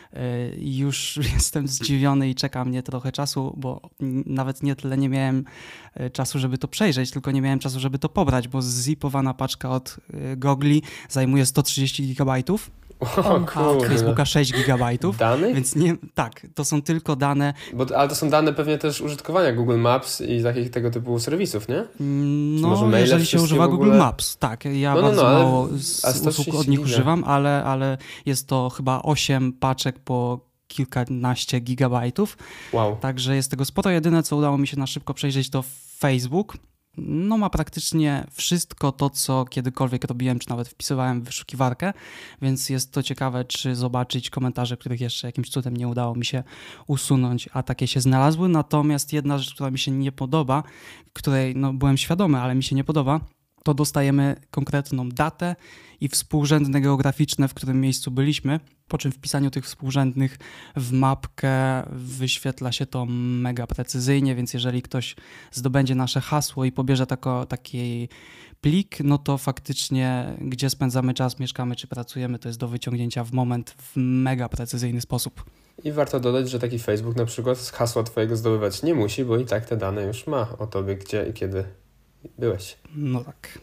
już jestem zdziwiony i czeka mnie trochę czasu, bo nawet nie tyle nie miałem czasu, żeby to przejrzeć, tylko nie miałem czasu, żeby to pobrać, bo zzipowana paczka od Gogli zajmuje 130 gigabajtów. A od Facebooka 6 gigabajtów. Danych? Więc tak, to są tylko dane. Ale to są dane pewnie też użytkowania Google Maps i takich tego typu serwisów, nie? No, jeżeli się używa Google Maps, tak. Ja bardzo mało usług od nich używam, ale jest to chyba 8 paczek po kilkanaście gigabajtów. Wow. Także jest tego sporo. Jedyne, co udało mi się na szybko przejrzeć, to Facebook. No ma praktycznie wszystko to, co kiedykolwiek robiłem, czy nawet wpisywałem w wyszukiwarkę, więc jest to ciekawe, czy zobaczyć komentarze, których jeszcze jakimś cudem nie udało mi się usunąć, a takie się znalazły. Natomiast jedna rzecz, która mi się nie podoba, której byłem świadomy, ale mi się nie podoba, to dostajemy konkretną datę i współrzędne geograficzne, w którym miejscu byliśmy, po czym w pisaniu tych współrzędnych w mapkę wyświetla się to mega precyzyjnie, więc jeżeli ktoś zdobędzie nasze hasło i pobierze taki plik, no to faktycznie gdzie spędzamy czas, mieszkamy czy pracujemy, to jest do wyciągnięcia w moment w mega precyzyjny sposób. I warto dodać, że taki Facebook na przykład z hasła twojego zdobywać nie musi, bo i tak te dane już ma o tobie, gdzie i kiedy byłeś. No tak.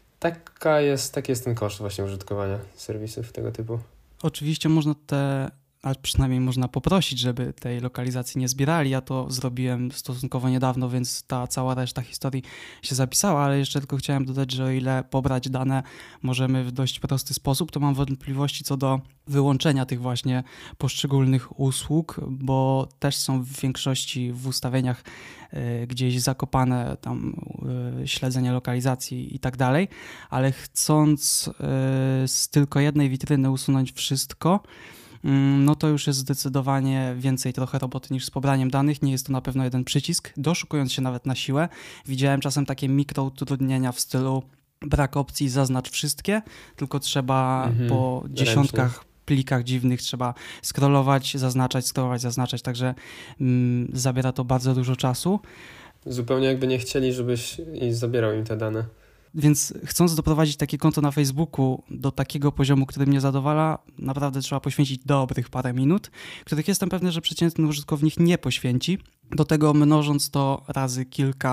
Taki jest ten koszt właśnie użytkowania serwisów tego typu. Oczywiście można ale przynajmniej można poprosić, żeby tej lokalizacji nie zbierali. Ja to zrobiłem stosunkowo niedawno, więc ta cała reszta historii się zapisała, ale jeszcze tylko chciałem dodać, że o ile pobrać dane możemy w dość prosty sposób, to mam wątpliwości co do wyłączenia tych właśnie poszczególnych usług, bo też są w większości w ustawieniach gdzieś zakopane tam śledzenie lokalizacji i tak dalej, ale chcąc z tylko jednej witryny usunąć wszystko, no to już jest zdecydowanie więcej trochę roboty niż z pobraniem danych. Nie jest to na pewno jeden przycisk, doszukując się nawet na siłę. Widziałem czasem takie mikroutrudnienia w stylu brak opcji zaznacz wszystkie, tylko trzeba po dziesiątkach plikach dziwnych trzeba scrollować, zaznaczać, także zabiera to bardzo dużo czasu. Zupełnie jakby nie chcieli, żebyś zabierał im te dane. Więc chcąc doprowadzić takie konto na Facebooku do takiego poziomu, który mnie zadowala, naprawdę trzeba poświęcić dobrych parę minut, których jestem pewny, że przeciętny użytkownik nie poświęci. Do tego mnożąc to razy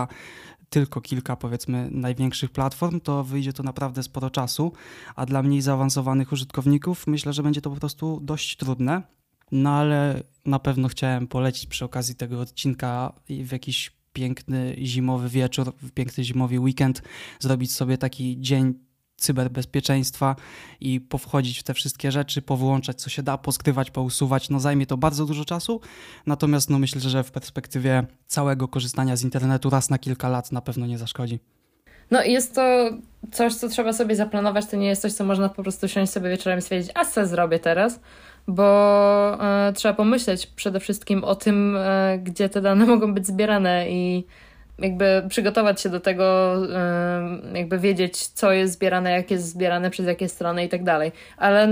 tylko kilka powiedzmy największych platform, to wyjdzie to naprawdę sporo czasu, a dla mniej zaawansowanych użytkowników myślę, że będzie to po prostu dość trudne. No ale na pewno chciałem polecić przy okazji tego odcinka w jakiś piękny zimowy wieczór, piękny zimowy weekend, zrobić sobie taki dzień cyberbezpieczeństwa i powchodzić w te wszystkie rzeczy, powyłączać co się da, poskrywać, pousuwać. Zajmie to bardzo dużo czasu, natomiast myślę, że w perspektywie całego korzystania z internetu raz na kilka lat na pewno nie zaszkodzi. No i jest to coś, co trzeba sobie zaplanować, to nie jest coś, co można po prostu siąść sobie wieczorem i stwierdzić, a co zrobię teraz, bo trzeba pomyśleć przede wszystkim o tym, gdzie te dane mogą być zbierane i jakby przygotować się do tego, jakby wiedzieć, co jest zbierane, jak jest zbierane, przez jakie strony i tak dalej. Ale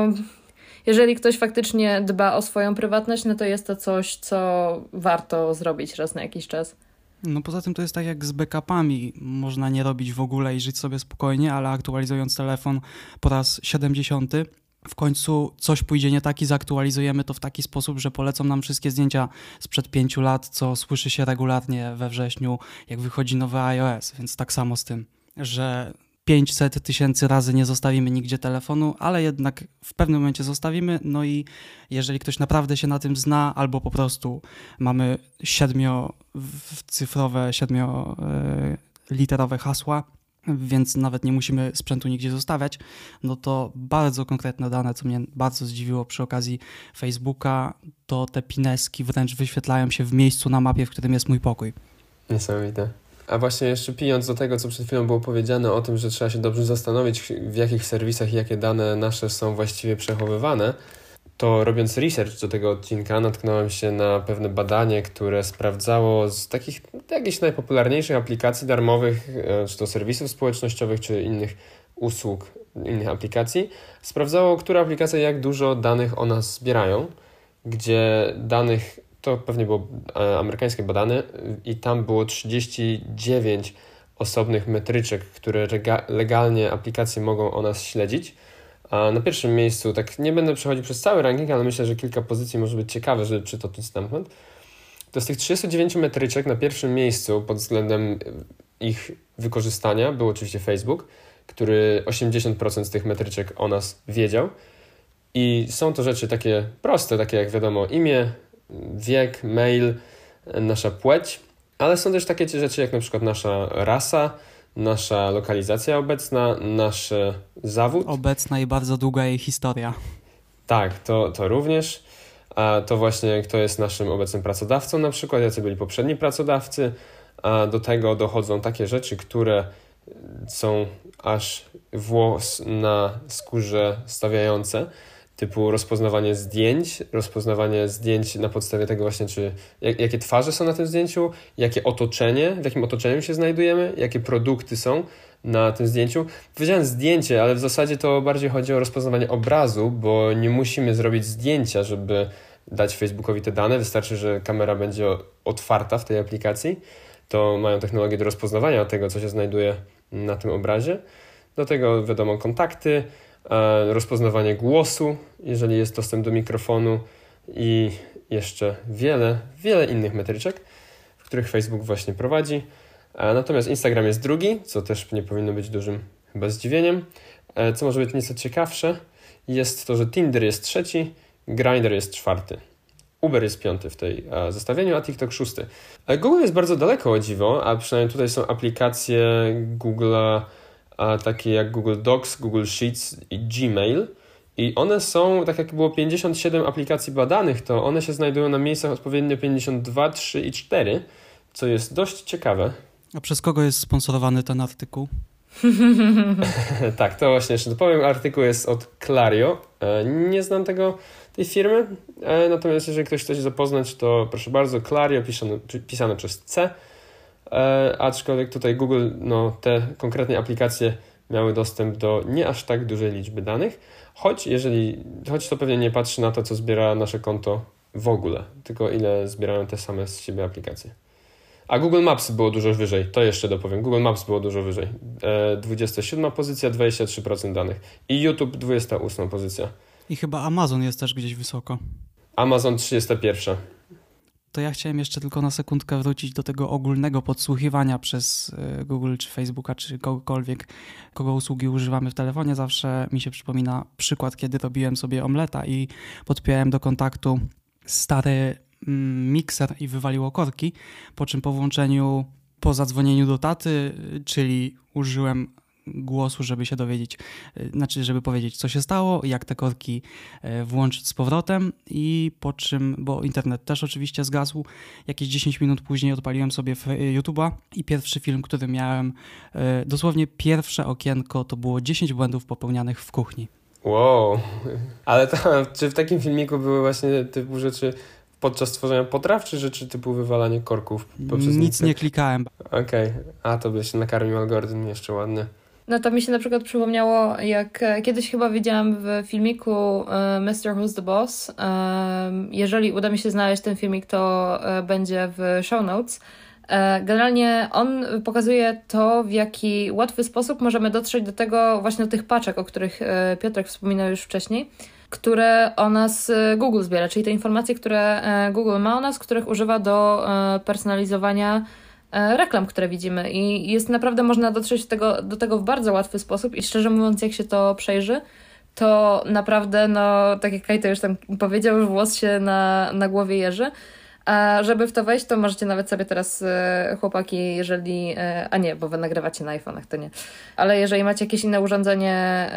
jeżeli ktoś faktycznie dba o swoją prywatność, no to jest to coś, co warto zrobić raz na jakiś czas. No poza tym to jest tak jak z backupami. Można nie robić w ogóle i żyć sobie spokojnie, ale aktualizując telefon po raz 70, w końcu coś pójdzie nie tak i zaktualizujemy to w taki sposób, że polecą nam wszystkie zdjęcia sprzed 5 lat, co słyszy się regularnie we wrześniu, jak wychodzi nowy iOS, więc tak samo z tym, że 500 000 razy nie zostawimy nigdzie telefonu, ale jednak w pewnym momencie zostawimy, no i jeżeli ktoś naprawdę się na tym zna, albo po prostu mamy 7-literowe hasła, więc nawet nie musimy sprzętu nigdzie zostawiać, no to bardzo konkretne dane, co mnie bardzo zdziwiło przy okazji Facebooka, to te pineski wręcz wyświetlają się w miejscu na mapie, w którym jest mój pokój. Niesamowite. A właśnie jeszcze pijąc do tego, co przed chwilą było powiedziane o tym, że trzeba się dobrze zastanowić, w jakich serwisach i jakie dane nasze są właściwie przechowywane, to robiąc research do tego odcinka natknąłem się na pewne badanie, które sprawdzało z takich jakichś najpopularniejszych aplikacji darmowych, czy to serwisów społecznościowych, czy innych usług, innych aplikacji. Sprawdzało, które aplikacje jak dużo danych o nas zbierają, gdzie danych, to pewnie było amerykańskie badane i tam było 39 osobnych metryczek, które legalnie aplikacje mogą o nas śledzić. A na pierwszym miejscu, tak nie będę przechodził przez cały ranking, ale myślę, że kilka pozycji może być ciekawe, żeby przytoczyć stamtąd. To z tych 39 metryczek na pierwszym miejscu pod względem ich wykorzystania był oczywiście Facebook, który 80% z tych metryczek o nas wiedział. I są to rzeczy takie proste, takie jak wiadomo imię, wiek, mail, nasza płeć, ale są też takie rzeczy jak na przykład nasza rasa, nasza lokalizacja obecna, nasz zawód. Obecna i bardzo długa jej historia. Tak, to również. A to właśnie kto jest naszym obecnym pracodawcą na przykład, jacy byli poprzedni pracodawcy. A do tego dochodzą takie rzeczy, które są aż włos na skórze stawiające, typu rozpoznawanie zdjęć na podstawie tego właśnie, czy jakie twarze są na tym zdjęciu, jakie otoczenie, w jakim otoczeniu się znajdujemy, jakie produkty są na tym zdjęciu. Powiedziałem zdjęcie, ale w zasadzie to bardziej chodzi o rozpoznawanie obrazu, bo nie musimy zrobić zdjęcia, żeby dać Facebookowi te dane. Wystarczy, że kamera będzie otwarta w tej aplikacji. To mają technologię do rozpoznawania tego, co się znajduje na tym obrazie. Do tego wiadomo kontakty, rozpoznawanie głosu, jeżeli jest dostęp do mikrofonu i jeszcze wiele innych metryczek, w których Facebook właśnie prowadzi. Natomiast Instagram jest drugi, co też nie powinno być dużym chyba zdziwieniem. Co może być nieco ciekawsze, jest to, że Tinder jest trzeci, Grindr jest czwarty. Uber jest piąty w tej zestawieniu, a TikTok szósty. Google jest bardzo daleko, o dziwo, a przynajmniej tutaj są aplikacje Google'a, takie jak Google Docs, Google Sheets i Gmail. I one są, tak jak było 57 aplikacji badanych, to one się znajdują na miejscach odpowiednio 52, 3 i 4, co jest dość ciekawe. A przez kogo jest sponsorowany ten artykuł? Tak, to właśnie jeszcze dopowiem. Artykuł jest od Clario. Nie znam tej firmy, natomiast jeżeli ktoś chce się zapoznać, to proszę bardzo, Clario pisane przez C. Aczkolwiek tutaj Google, te konkretnie aplikacje miały dostęp do nie aż tak dużej liczby danych, choć to pewnie nie patrzy na to, co zbiera nasze konto w ogóle, tylko ile zbierają te same z siebie aplikacje. A Google Maps było dużo wyżej, to jeszcze dopowiem. Google Maps było dużo wyżej. 27 pozycja, 23% danych. I YouTube 28 pozycja. I chyba Amazon jest też gdzieś wysoko. Amazon 31. To ja chciałem jeszcze tylko na sekundkę wrócić do tego ogólnego podsłuchiwania przez Google, czy Facebooka, czy kogokolwiek, kogo usługi używamy w telefonie. Zawsze mi się przypomina przykład, kiedy robiłem sobie omleta i podpiąłem do kontaktu stary mikser i wywaliło korki, po czym po zadzwonieniu do taty, czyli użyłem głosu, żeby się dowiedzieć, żeby powiedzieć, co się stało, jak te korki włączyć z powrotem i po czym, bo internet też oczywiście zgasł, jakieś 10 minut później odpaliłem sobie YouTube'a i pierwszy film, który miałem, dosłownie pierwsze okienko, to było 10 błędów popełnianych w kuchni. Wow, ale czy w takim filmiku były właśnie typu rzeczy podczas tworzenia potraw, czy rzeczy typu wywalanie korków? Nic nie klikałem. Okej. A to by się nakarmił algorytm jeszcze ładny. No to mi się na przykład przypomniało, jak kiedyś chyba widziałam w filmiku Mr. Who's the Boss. Jeżeli uda mi się znaleźć ten filmik, to będzie w show notes. Generalnie on pokazuje to, w jaki łatwy sposób możemy dotrzeć do tego, właśnie do tych paczek, o których Piotrek wspominał już wcześniej, które o nas Google zbiera, czyli te informacje, które Google ma o nas, których używa do personalizowania reklam, które widzimy i jest naprawdę można dotrzeć do tego w bardzo łatwy sposób i szczerze mówiąc, jak się to przejrzy, to naprawdę, tak jak Kajto już tam powiedział, włos się na głowie jeży. A żeby w to wejść, to możecie nawet sobie teraz, chłopaki, jeżeli... A nie, bo wy nagrywacie na iPhone'ach, to nie. Ale jeżeli macie jakieś inne urządzenie,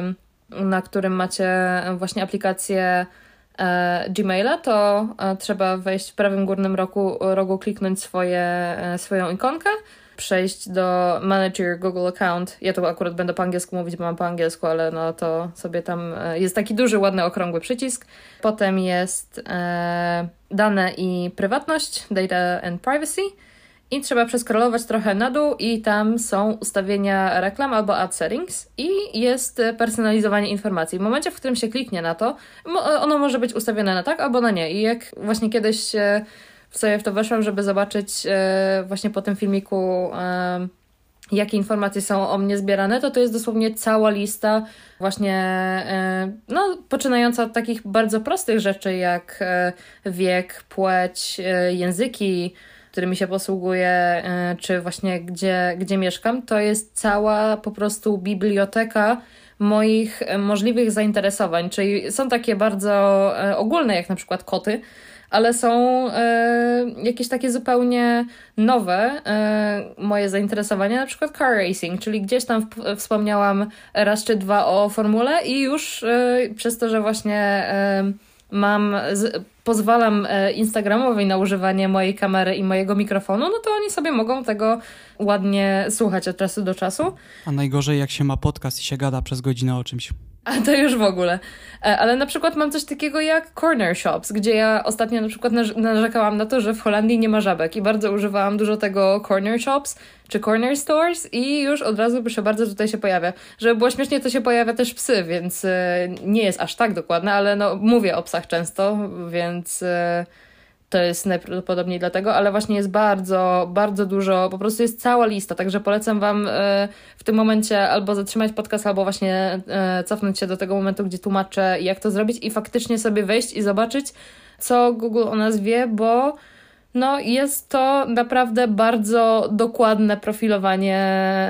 na którym macie właśnie aplikację Gmaila, to trzeba wejść w prawym górnym rogu, kliknąć swoją ikonkę przejść do Manage Your Google Account. Ja to akurat będę po angielsku mówić, bo mam po angielsku, ale no to sobie tam jest taki duży, ładny, okrągły przycisk. Potem jest dane i prywatność, data and privacy. I trzeba przeskrolować trochę na dół i tam są ustawienia reklam albo ad settings i jest personalizowanie informacji. W momencie, w którym się kliknie na to, ono może być ustawione na tak albo na nie. I jak właśnie kiedyś sobie w to weszłam, żeby zobaczyć właśnie po tym filmiku, jakie informacje są o mnie zbierane, to jest dosłownie cała lista właśnie, poczynająca od takich bardzo prostych rzeczy jak wiek, płeć, języki, którymi się posługuję, czy właśnie gdzie mieszkam, to jest cała po prostu biblioteka moich możliwych zainteresowań. Czyli są takie bardzo ogólne, jak na przykład koty, ale są jakieś takie zupełnie nowe moje zainteresowania, na przykład car racing, czyli gdzieś tam wspomniałam raz czy dwa o formule i już przez to, że właśnie pozwalam Instagramowi na używanie mojej kamery i mojego mikrofonu, no to oni sobie mogą tego ładnie słuchać od czasu do czasu. A najgorzej jak się ma podcast i się gada przez godzinę o czymś. A to już w ogóle. Ale na przykład mam coś takiego jak corner shops, gdzie ja ostatnio na przykład narzekałam na to, że w Holandii nie ma żabek i bardzo używałam dużo tego corner shops czy corner stores i już od razu, proszę bardzo, tutaj się pojawia. Żeby było śmiesznie, to się pojawia też psy, więc nie jest aż tak dokładne, ale no mówię o psach często, więc to jest najprawdopodobniej dlatego, ale właśnie jest bardzo, bardzo dużo, po prostu jest cała lista, także polecam wam w tym momencie albo zatrzymać podcast, albo właśnie cofnąć się do tego momentu, gdzie tłumaczę, jak to zrobić i faktycznie sobie wejść i zobaczyć, co Google o nas wie, bo no jest to naprawdę bardzo dokładne profilowanie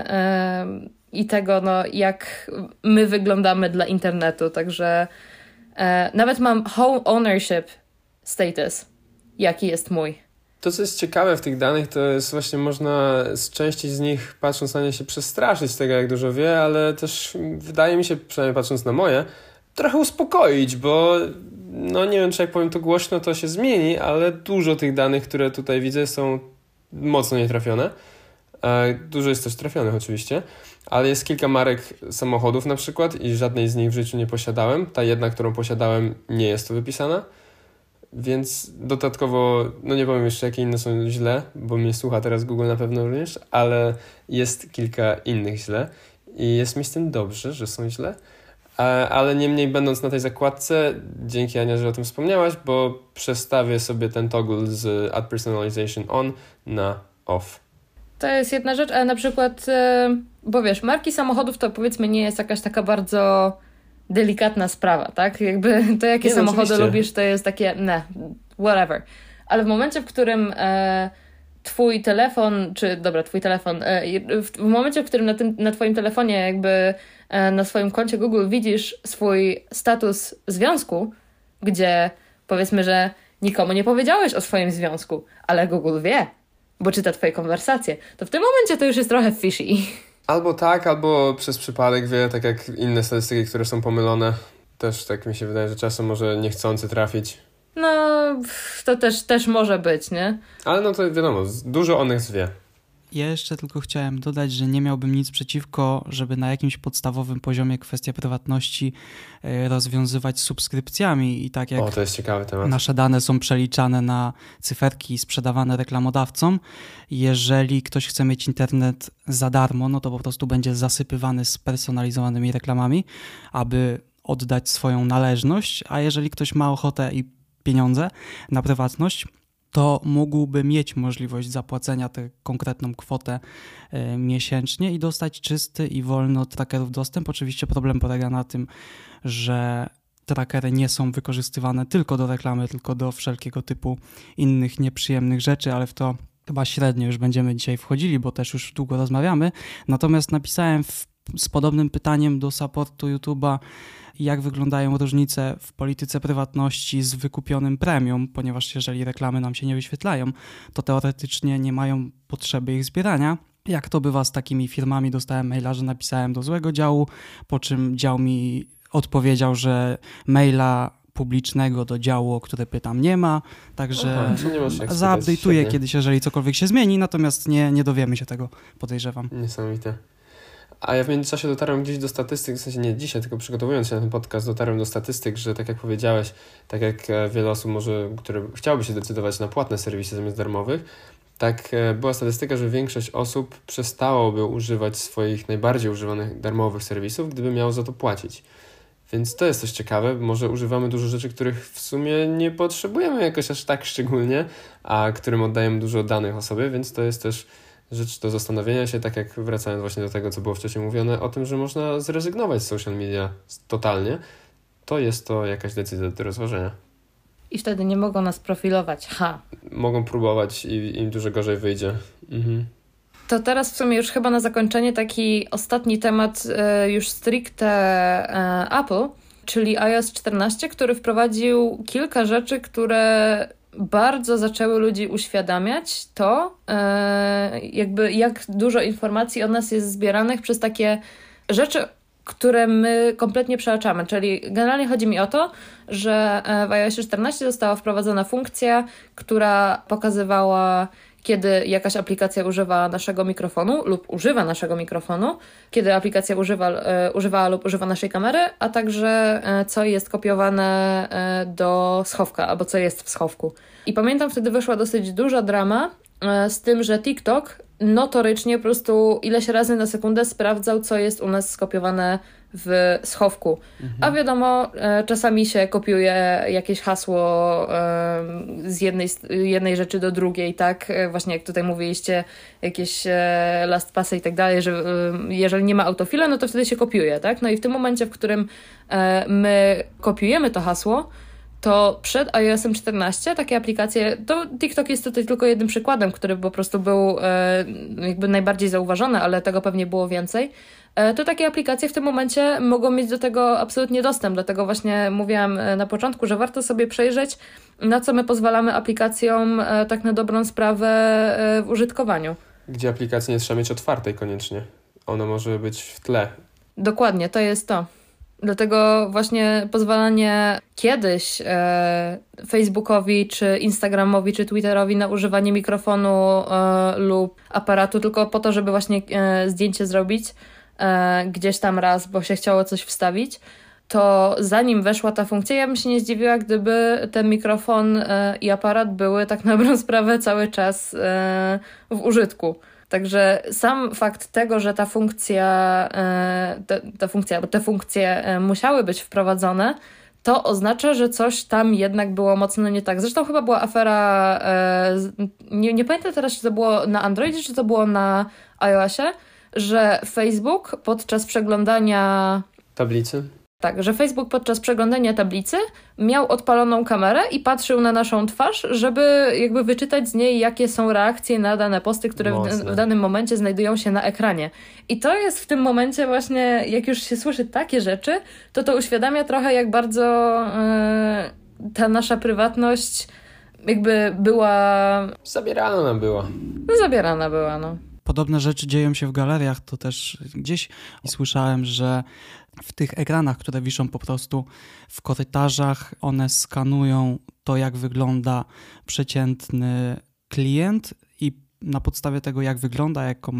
i tego, no jak my wyglądamy dla internetu, także nawet mam home ownership status, jaki jest mój. To, co jest ciekawe w tych danych, to jest właśnie można z części z nich, patrząc na nie, się przestraszyć z tego, jak dużo wie, ale też wydaje mi się, przynajmniej patrząc na moje, trochę uspokoić, bo no nie wiem, czy jak powiem to głośno, to się zmieni, ale dużo tych danych, które tutaj widzę, są mocno nietrafione. Dużo jest też trafionych oczywiście, ale jest kilka marek samochodów na przykład i żadnej z nich w życiu nie posiadałem. Ta jedna, którą posiadałem, nie jest tu wypisana. Więc dodatkowo, no nie powiem jeszcze, jakie inne są źle, bo mnie słucha teraz Google na pewno również, ale jest kilka innych źle i jest mi z tym dobrze, że są źle. Ale niemniej, będąc na tej zakładce, dzięki Ania, że o tym wspomniałaś, bo przestawię sobie ten toggle z Ad Personalization On na Off. To jest jedna rzecz, ale na przykład, bo wiesz, marki samochodów to powiedzmy nie jest jakaś taka bardzo delikatna sprawa, tak? Jakby to, jakie samochody oczywiście lubisz, to jest takie, whatever. Ale w momencie, w którym twój telefon, w momencie, w którym na twoim telefonie jakby na swoim koncie Google widzisz swój status związku, gdzie powiedzmy, że nikomu nie powiedziałeś o swoim związku, ale Google wie, bo czyta twoje konwersacje, to w tym momencie to już jest trochę fishy. Albo tak, albo przez przypadek wie, tak jak inne statystyki, które są pomylone. Też tak mi się wydaje, że czasem może niechcący trafić. No, to też może być, nie? Ale no to wiadomo, dużo o nas wie. Ja jeszcze tylko chciałem dodać, że nie miałbym nic przeciwko, żeby na jakimś podstawowym poziomie kwestie prywatności rozwiązywać subskrypcjami i tak jak to jest ciekawy temat. Nasze dane są przeliczane na cyferki i sprzedawane reklamodawcom. Jeżeli ktoś chce mieć internet za darmo, no to po prostu będzie zasypywany spersonalizowanymi reklamami, aby oddać swoją należność, a jeżeli ktoś ma ochotę i pieniądze na prywatność, to mógłby mieć możliwość zapłacenia tę konkretną kwotę miesięcznie i dostać czysty i wolny od trackerów dostęp. Oczywiście problem polega na tym, że trackery nie są wykorzystywane tylko do reklamy, tylko do wszelkiego typu innych nieprzyjemnych rzeczy, ale w to chyba średnio już będziemy dzisiaj wchodzili, bo też już długo rozmawiamy. Natomiast napisałem z podobnym pytaniem do supportu YouTube'a, jak wyglądają różnice w polityce prywatności z wykupionym premium, ponieważ jeżeli reklamy nam się nie wyświetlają, to teoretycznie nie mają potrzeby ich zbierania. Jak to bywa z takimi firmami, dostałem maila, że napisałem do złego działu, po czym dział mi odpowiedział, że maila publicznego do działu, o który pytam, nie ma, także zaupdate'uję kiedyś, jeżeli cokolwiek się zmieni, natomiast nie dowiemy się tego, podejrzewam. Niesamowite. A ja w międzyczasie dotarłem gdzieś do statystyk, w sensie nie dzisiaj, tylko przygotowując się na ten podcast, dotarłem do statystyk, że tak jak powiedziałeś, tak jak wiele osób może, które chciałoby się decydować na płatne serwisy zamiast darmowych, tak była statystyka, że większość osób przestałoby używać swoich najbardziej używanych darmowych serwisów, gdyby miało za to płacić. Więc to jest coś ciekawe, może używamy dużo rzeczy, których w sumie nie potrzebujemy jakoś aż tak szczególnie, a którym oddajemy dużo danych o sobie, więc to jest też rzecz do zastanowienia się, tak jak wracając właśnie do tego, co było wcześniej mówione, o tym, że można zrezygnować z social media totalnie, to jest to jakaś decyzja do rozważenia. I wtedy nie mogą nas profilować. Mogą próbować i im dużo gorzej wyjdzie. Mhm. To teraz w sumie już chyba na zakończenie taki ostatni temat już stricte Apple, czyli iOS 14, który wprowadził kilka rzeczy, które bardzo zaczęły ludzi uświadamiać to, jakby jak dużo informacji o nas jest zbieranych przez takie rzeczy, które my kompletnie przeoczamy. Czyli generalnie chodzi mi o to, że w iOS 14 została wprowadzona funkcja, która pokazywała, kiedy jakaś aplikacja używa naszego mikrofonu lub używa naszego mikrofonu, kiedy aplikacja używa lub używa naszej kamery, a także co jest kopiowane do schowka albo co jest w schowku. I pamiętam, wtedy wyszła dosyć duża drama z tym, że TikTok notorycznie po prostu ileś razy na sekundę sprawdzał, co jest u nas skopiowane w schowku. A wiadomo, czasami się kopiuje jakieś hasło z jednej rzeczy do drugiej, tak? Właśnie jak tutaj mówiliście, jakieś LastPassy i tak dalej, że jeżeli nie ma autofila, no to wtedy się kopiuje, tak? No i w tym momencie, w którym my kopiujemy to hasło, to przed iOS-em 14 takie aplikacje, to TikTok jest tutaj tylko jednym przykładem, który po prostu był jakby najbardziej zauważony, ale tego pewnie było więcej, to takie aplikacje w tym momencie mogą mieć do tego absolutnie dostęp. Dlatego właśnie mówiłam na początku, że warto sobie przejrzeć, na co my pozwalamy aplikacjom tak na dobrą sprawę w użytkowaniu. Gdzie aplikację nie trzeba mieć otwartej koniecznie. Ona może być w tle. Dokładnie, to jest to. Dlatego właśnie pozwalanie kiedyś Facebookowi, czy Instagramowi, czy Twitterowi na używanie mikrofonu lub aparatu tylko po to, żeby właśnie zdjęcie zrobić gdzieś tam raz, bo się chciało coś wstawić, to zanim weszła ta funkcja, ja bym się nie zdziwiła, gdyby ten mikrofon i aparat były tak na dobrą sprawę cały czas w użytku. Także sam fakt tego, że ta funkcja, te funkcje musiały być wprowadzone, to oznacza, że coś tam jednak było mocno nie tak. Zresztą chyba była afera, nie pamiętam teraz, czy to było na Androidzie, czy to było na iOSie, że Facebook podczas przeglądania tablicy. Tak, że Facebook podczas przeglądania tablicy miał odpaloną kamerę i patrzył na naszą twarz, żeby jakby wyczytać z niej, jakie są reakcje na dane posty, które w danym momencie znajdują się na ekranie. I to jest w tym momencie właśnie, jak już się słyszy takie rzeczy, to uświadamia trochę, jak bardzo ta nasza prywatność jakby była... Zabierana była. Zabierana była, no. Podobne rzeczy dzieją się w galeriach, to też gdzieś słyszałem, że w tych ekranach, które wiszą po prostu w korytarzach, one skanują to, jak wygląda przeciętny klient i na podstawie tego, jak wygląda,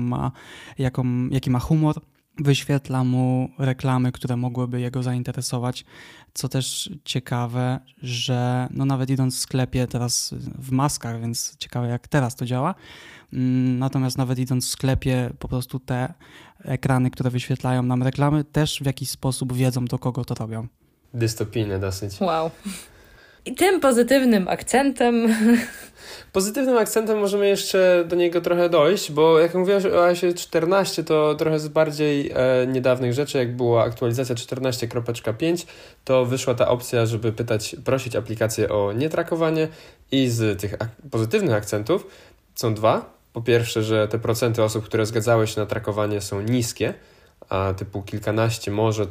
jaki ma humor, wyświetla mu reklamy, które mogłyby jego zainteresować. Co też ciekawe, że no nawet idąc w sklepie teraz w maskach, więc ciekawe jak teraz to działa, natomiast nawet idąc w sklepie po prostu te ekrany, które wyświetlają nam reklamy, też w jakiś sposób wiedzą, do kogo to robią. Dystopijne dosyć. Wow. I tym pozytywnym akcentem... Pozytywnym akcentem możemy jeszcze do niego trochę dojść, bo jak mówiłaś o iOSie 14, to trochę z bardziej niedawnych rzeczy, jak była aktualizacja 14.5, to wyszła ta opcja, żeby prosić aplikację o nietrakowanie i z tych pozytywnych akcentów są dwa. Po pierwsze, że te procenty osób, które zgadzały się na trakowanie są niskie, a typu kilkanaście, może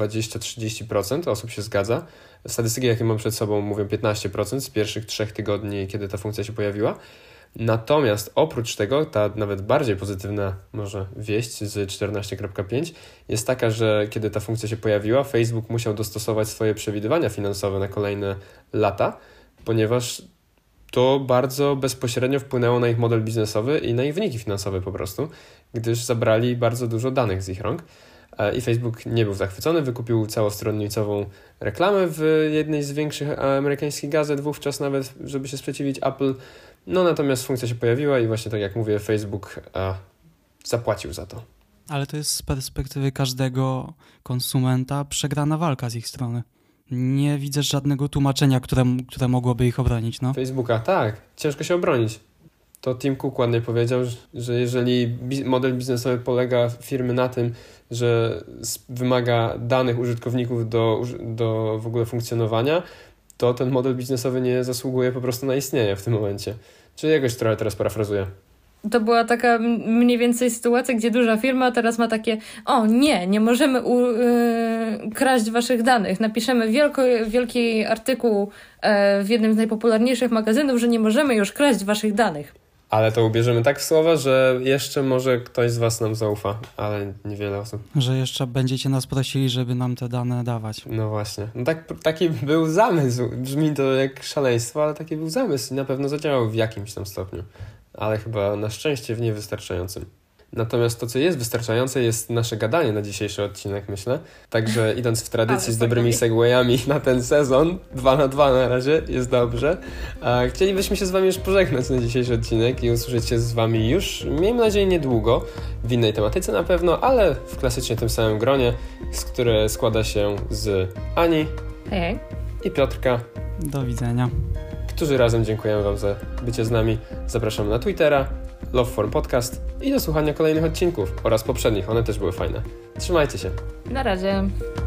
20-30% osób się zgadza. Statystyki, jakie mam przed sobą, mówią 15% z pierwszych 3 tygodni, kiedy ta funkcja się pojawiła. Natomiast oprócz tego, ta nawet bardziej pozytywna może wieść z 14.5 jest taka, że kiedy ta funkcja się pojawiła, Facebook musiał dostosować swoje przewidywania finansowe na kolejne lata, ponieważ to bardzo bezpośrednio wpłynęło na ich model biznesowy i na ich wyniki finansowe po prostu, gdyż zabrali bardzo dużo danych z ich rąk. I Facebook nie był zachwycony, wykupił całostronnicową reklamę w jednej z większych amerykańskich gazet, wówczas nawet, żeby się sprzeciwić Apple. No natomiast funkcja się pojawiła i właśnie tak jak mówię, Facebook zapłacił za to. Ale to jest z perspektywy każdego konsumenta przegrana walka z ich strony. Nie widzę żadnego tłumaczenia, które mogłoby ich obronić. No. Facebooka, tak. Ciężko się obronić. To Tim Cook ładnie powiedział, że jeżeli model biznesowy polega firmy na tym, że wymaga danych użytkowników do w ogóle funkcjonowania, to ten model biznesowy nie zasługuje po prostu na istnienie w tym momencie. Czyli jakoś trochę teraz parafrazuję. To była taka mniej więcej sytuacja, gdzie duża firma teraz ma takie: o nie możemy kraść waszych danych. Napiszemy wielki artykuł w jednym z najpopularniejszych magazynów, że nie możemy już kraść waszych danych. Ale to ubierzemy tak w słowa, że jeszcze może ktoś z was nam zaufa, ale niewiele osób. Że jeszcze będziecie nas prosili, żeby nam te dane dawać. No właśnie. No taki był zamysł. Brzmi to jak szaleństwo, ale taki był zamysł i na pewno zadziałał w jakimś tam stopniu. Ale chyba na szczęście w niewystarczającym. Natomiast to, co jest wystarczające, jest nasze gadanie na dzisiejszy odcinek, myślę. Także idąc w tradycji z dobrymi segwayami na ten sezon, 2/2 na razie, jest dobrze. Chcielibyśmy się z wami już pożegnać na dzisiejszy odcinek i usłyszeć się z wami już, miejmy nadzieję, niedługo, w innej tematyce na pewno, ale w klasycznie tym samym gronie, które składa się z Ani Hej. I Piotrka. Do widzenia. Którzy razem dziękujemy wam za bycie z nami. Zapraszamy na Twittera, Loveform Podcast i do słuchania kolejnych odcinków oraz poprzednich. One też były fajne. Trzymajcie się. Na razie.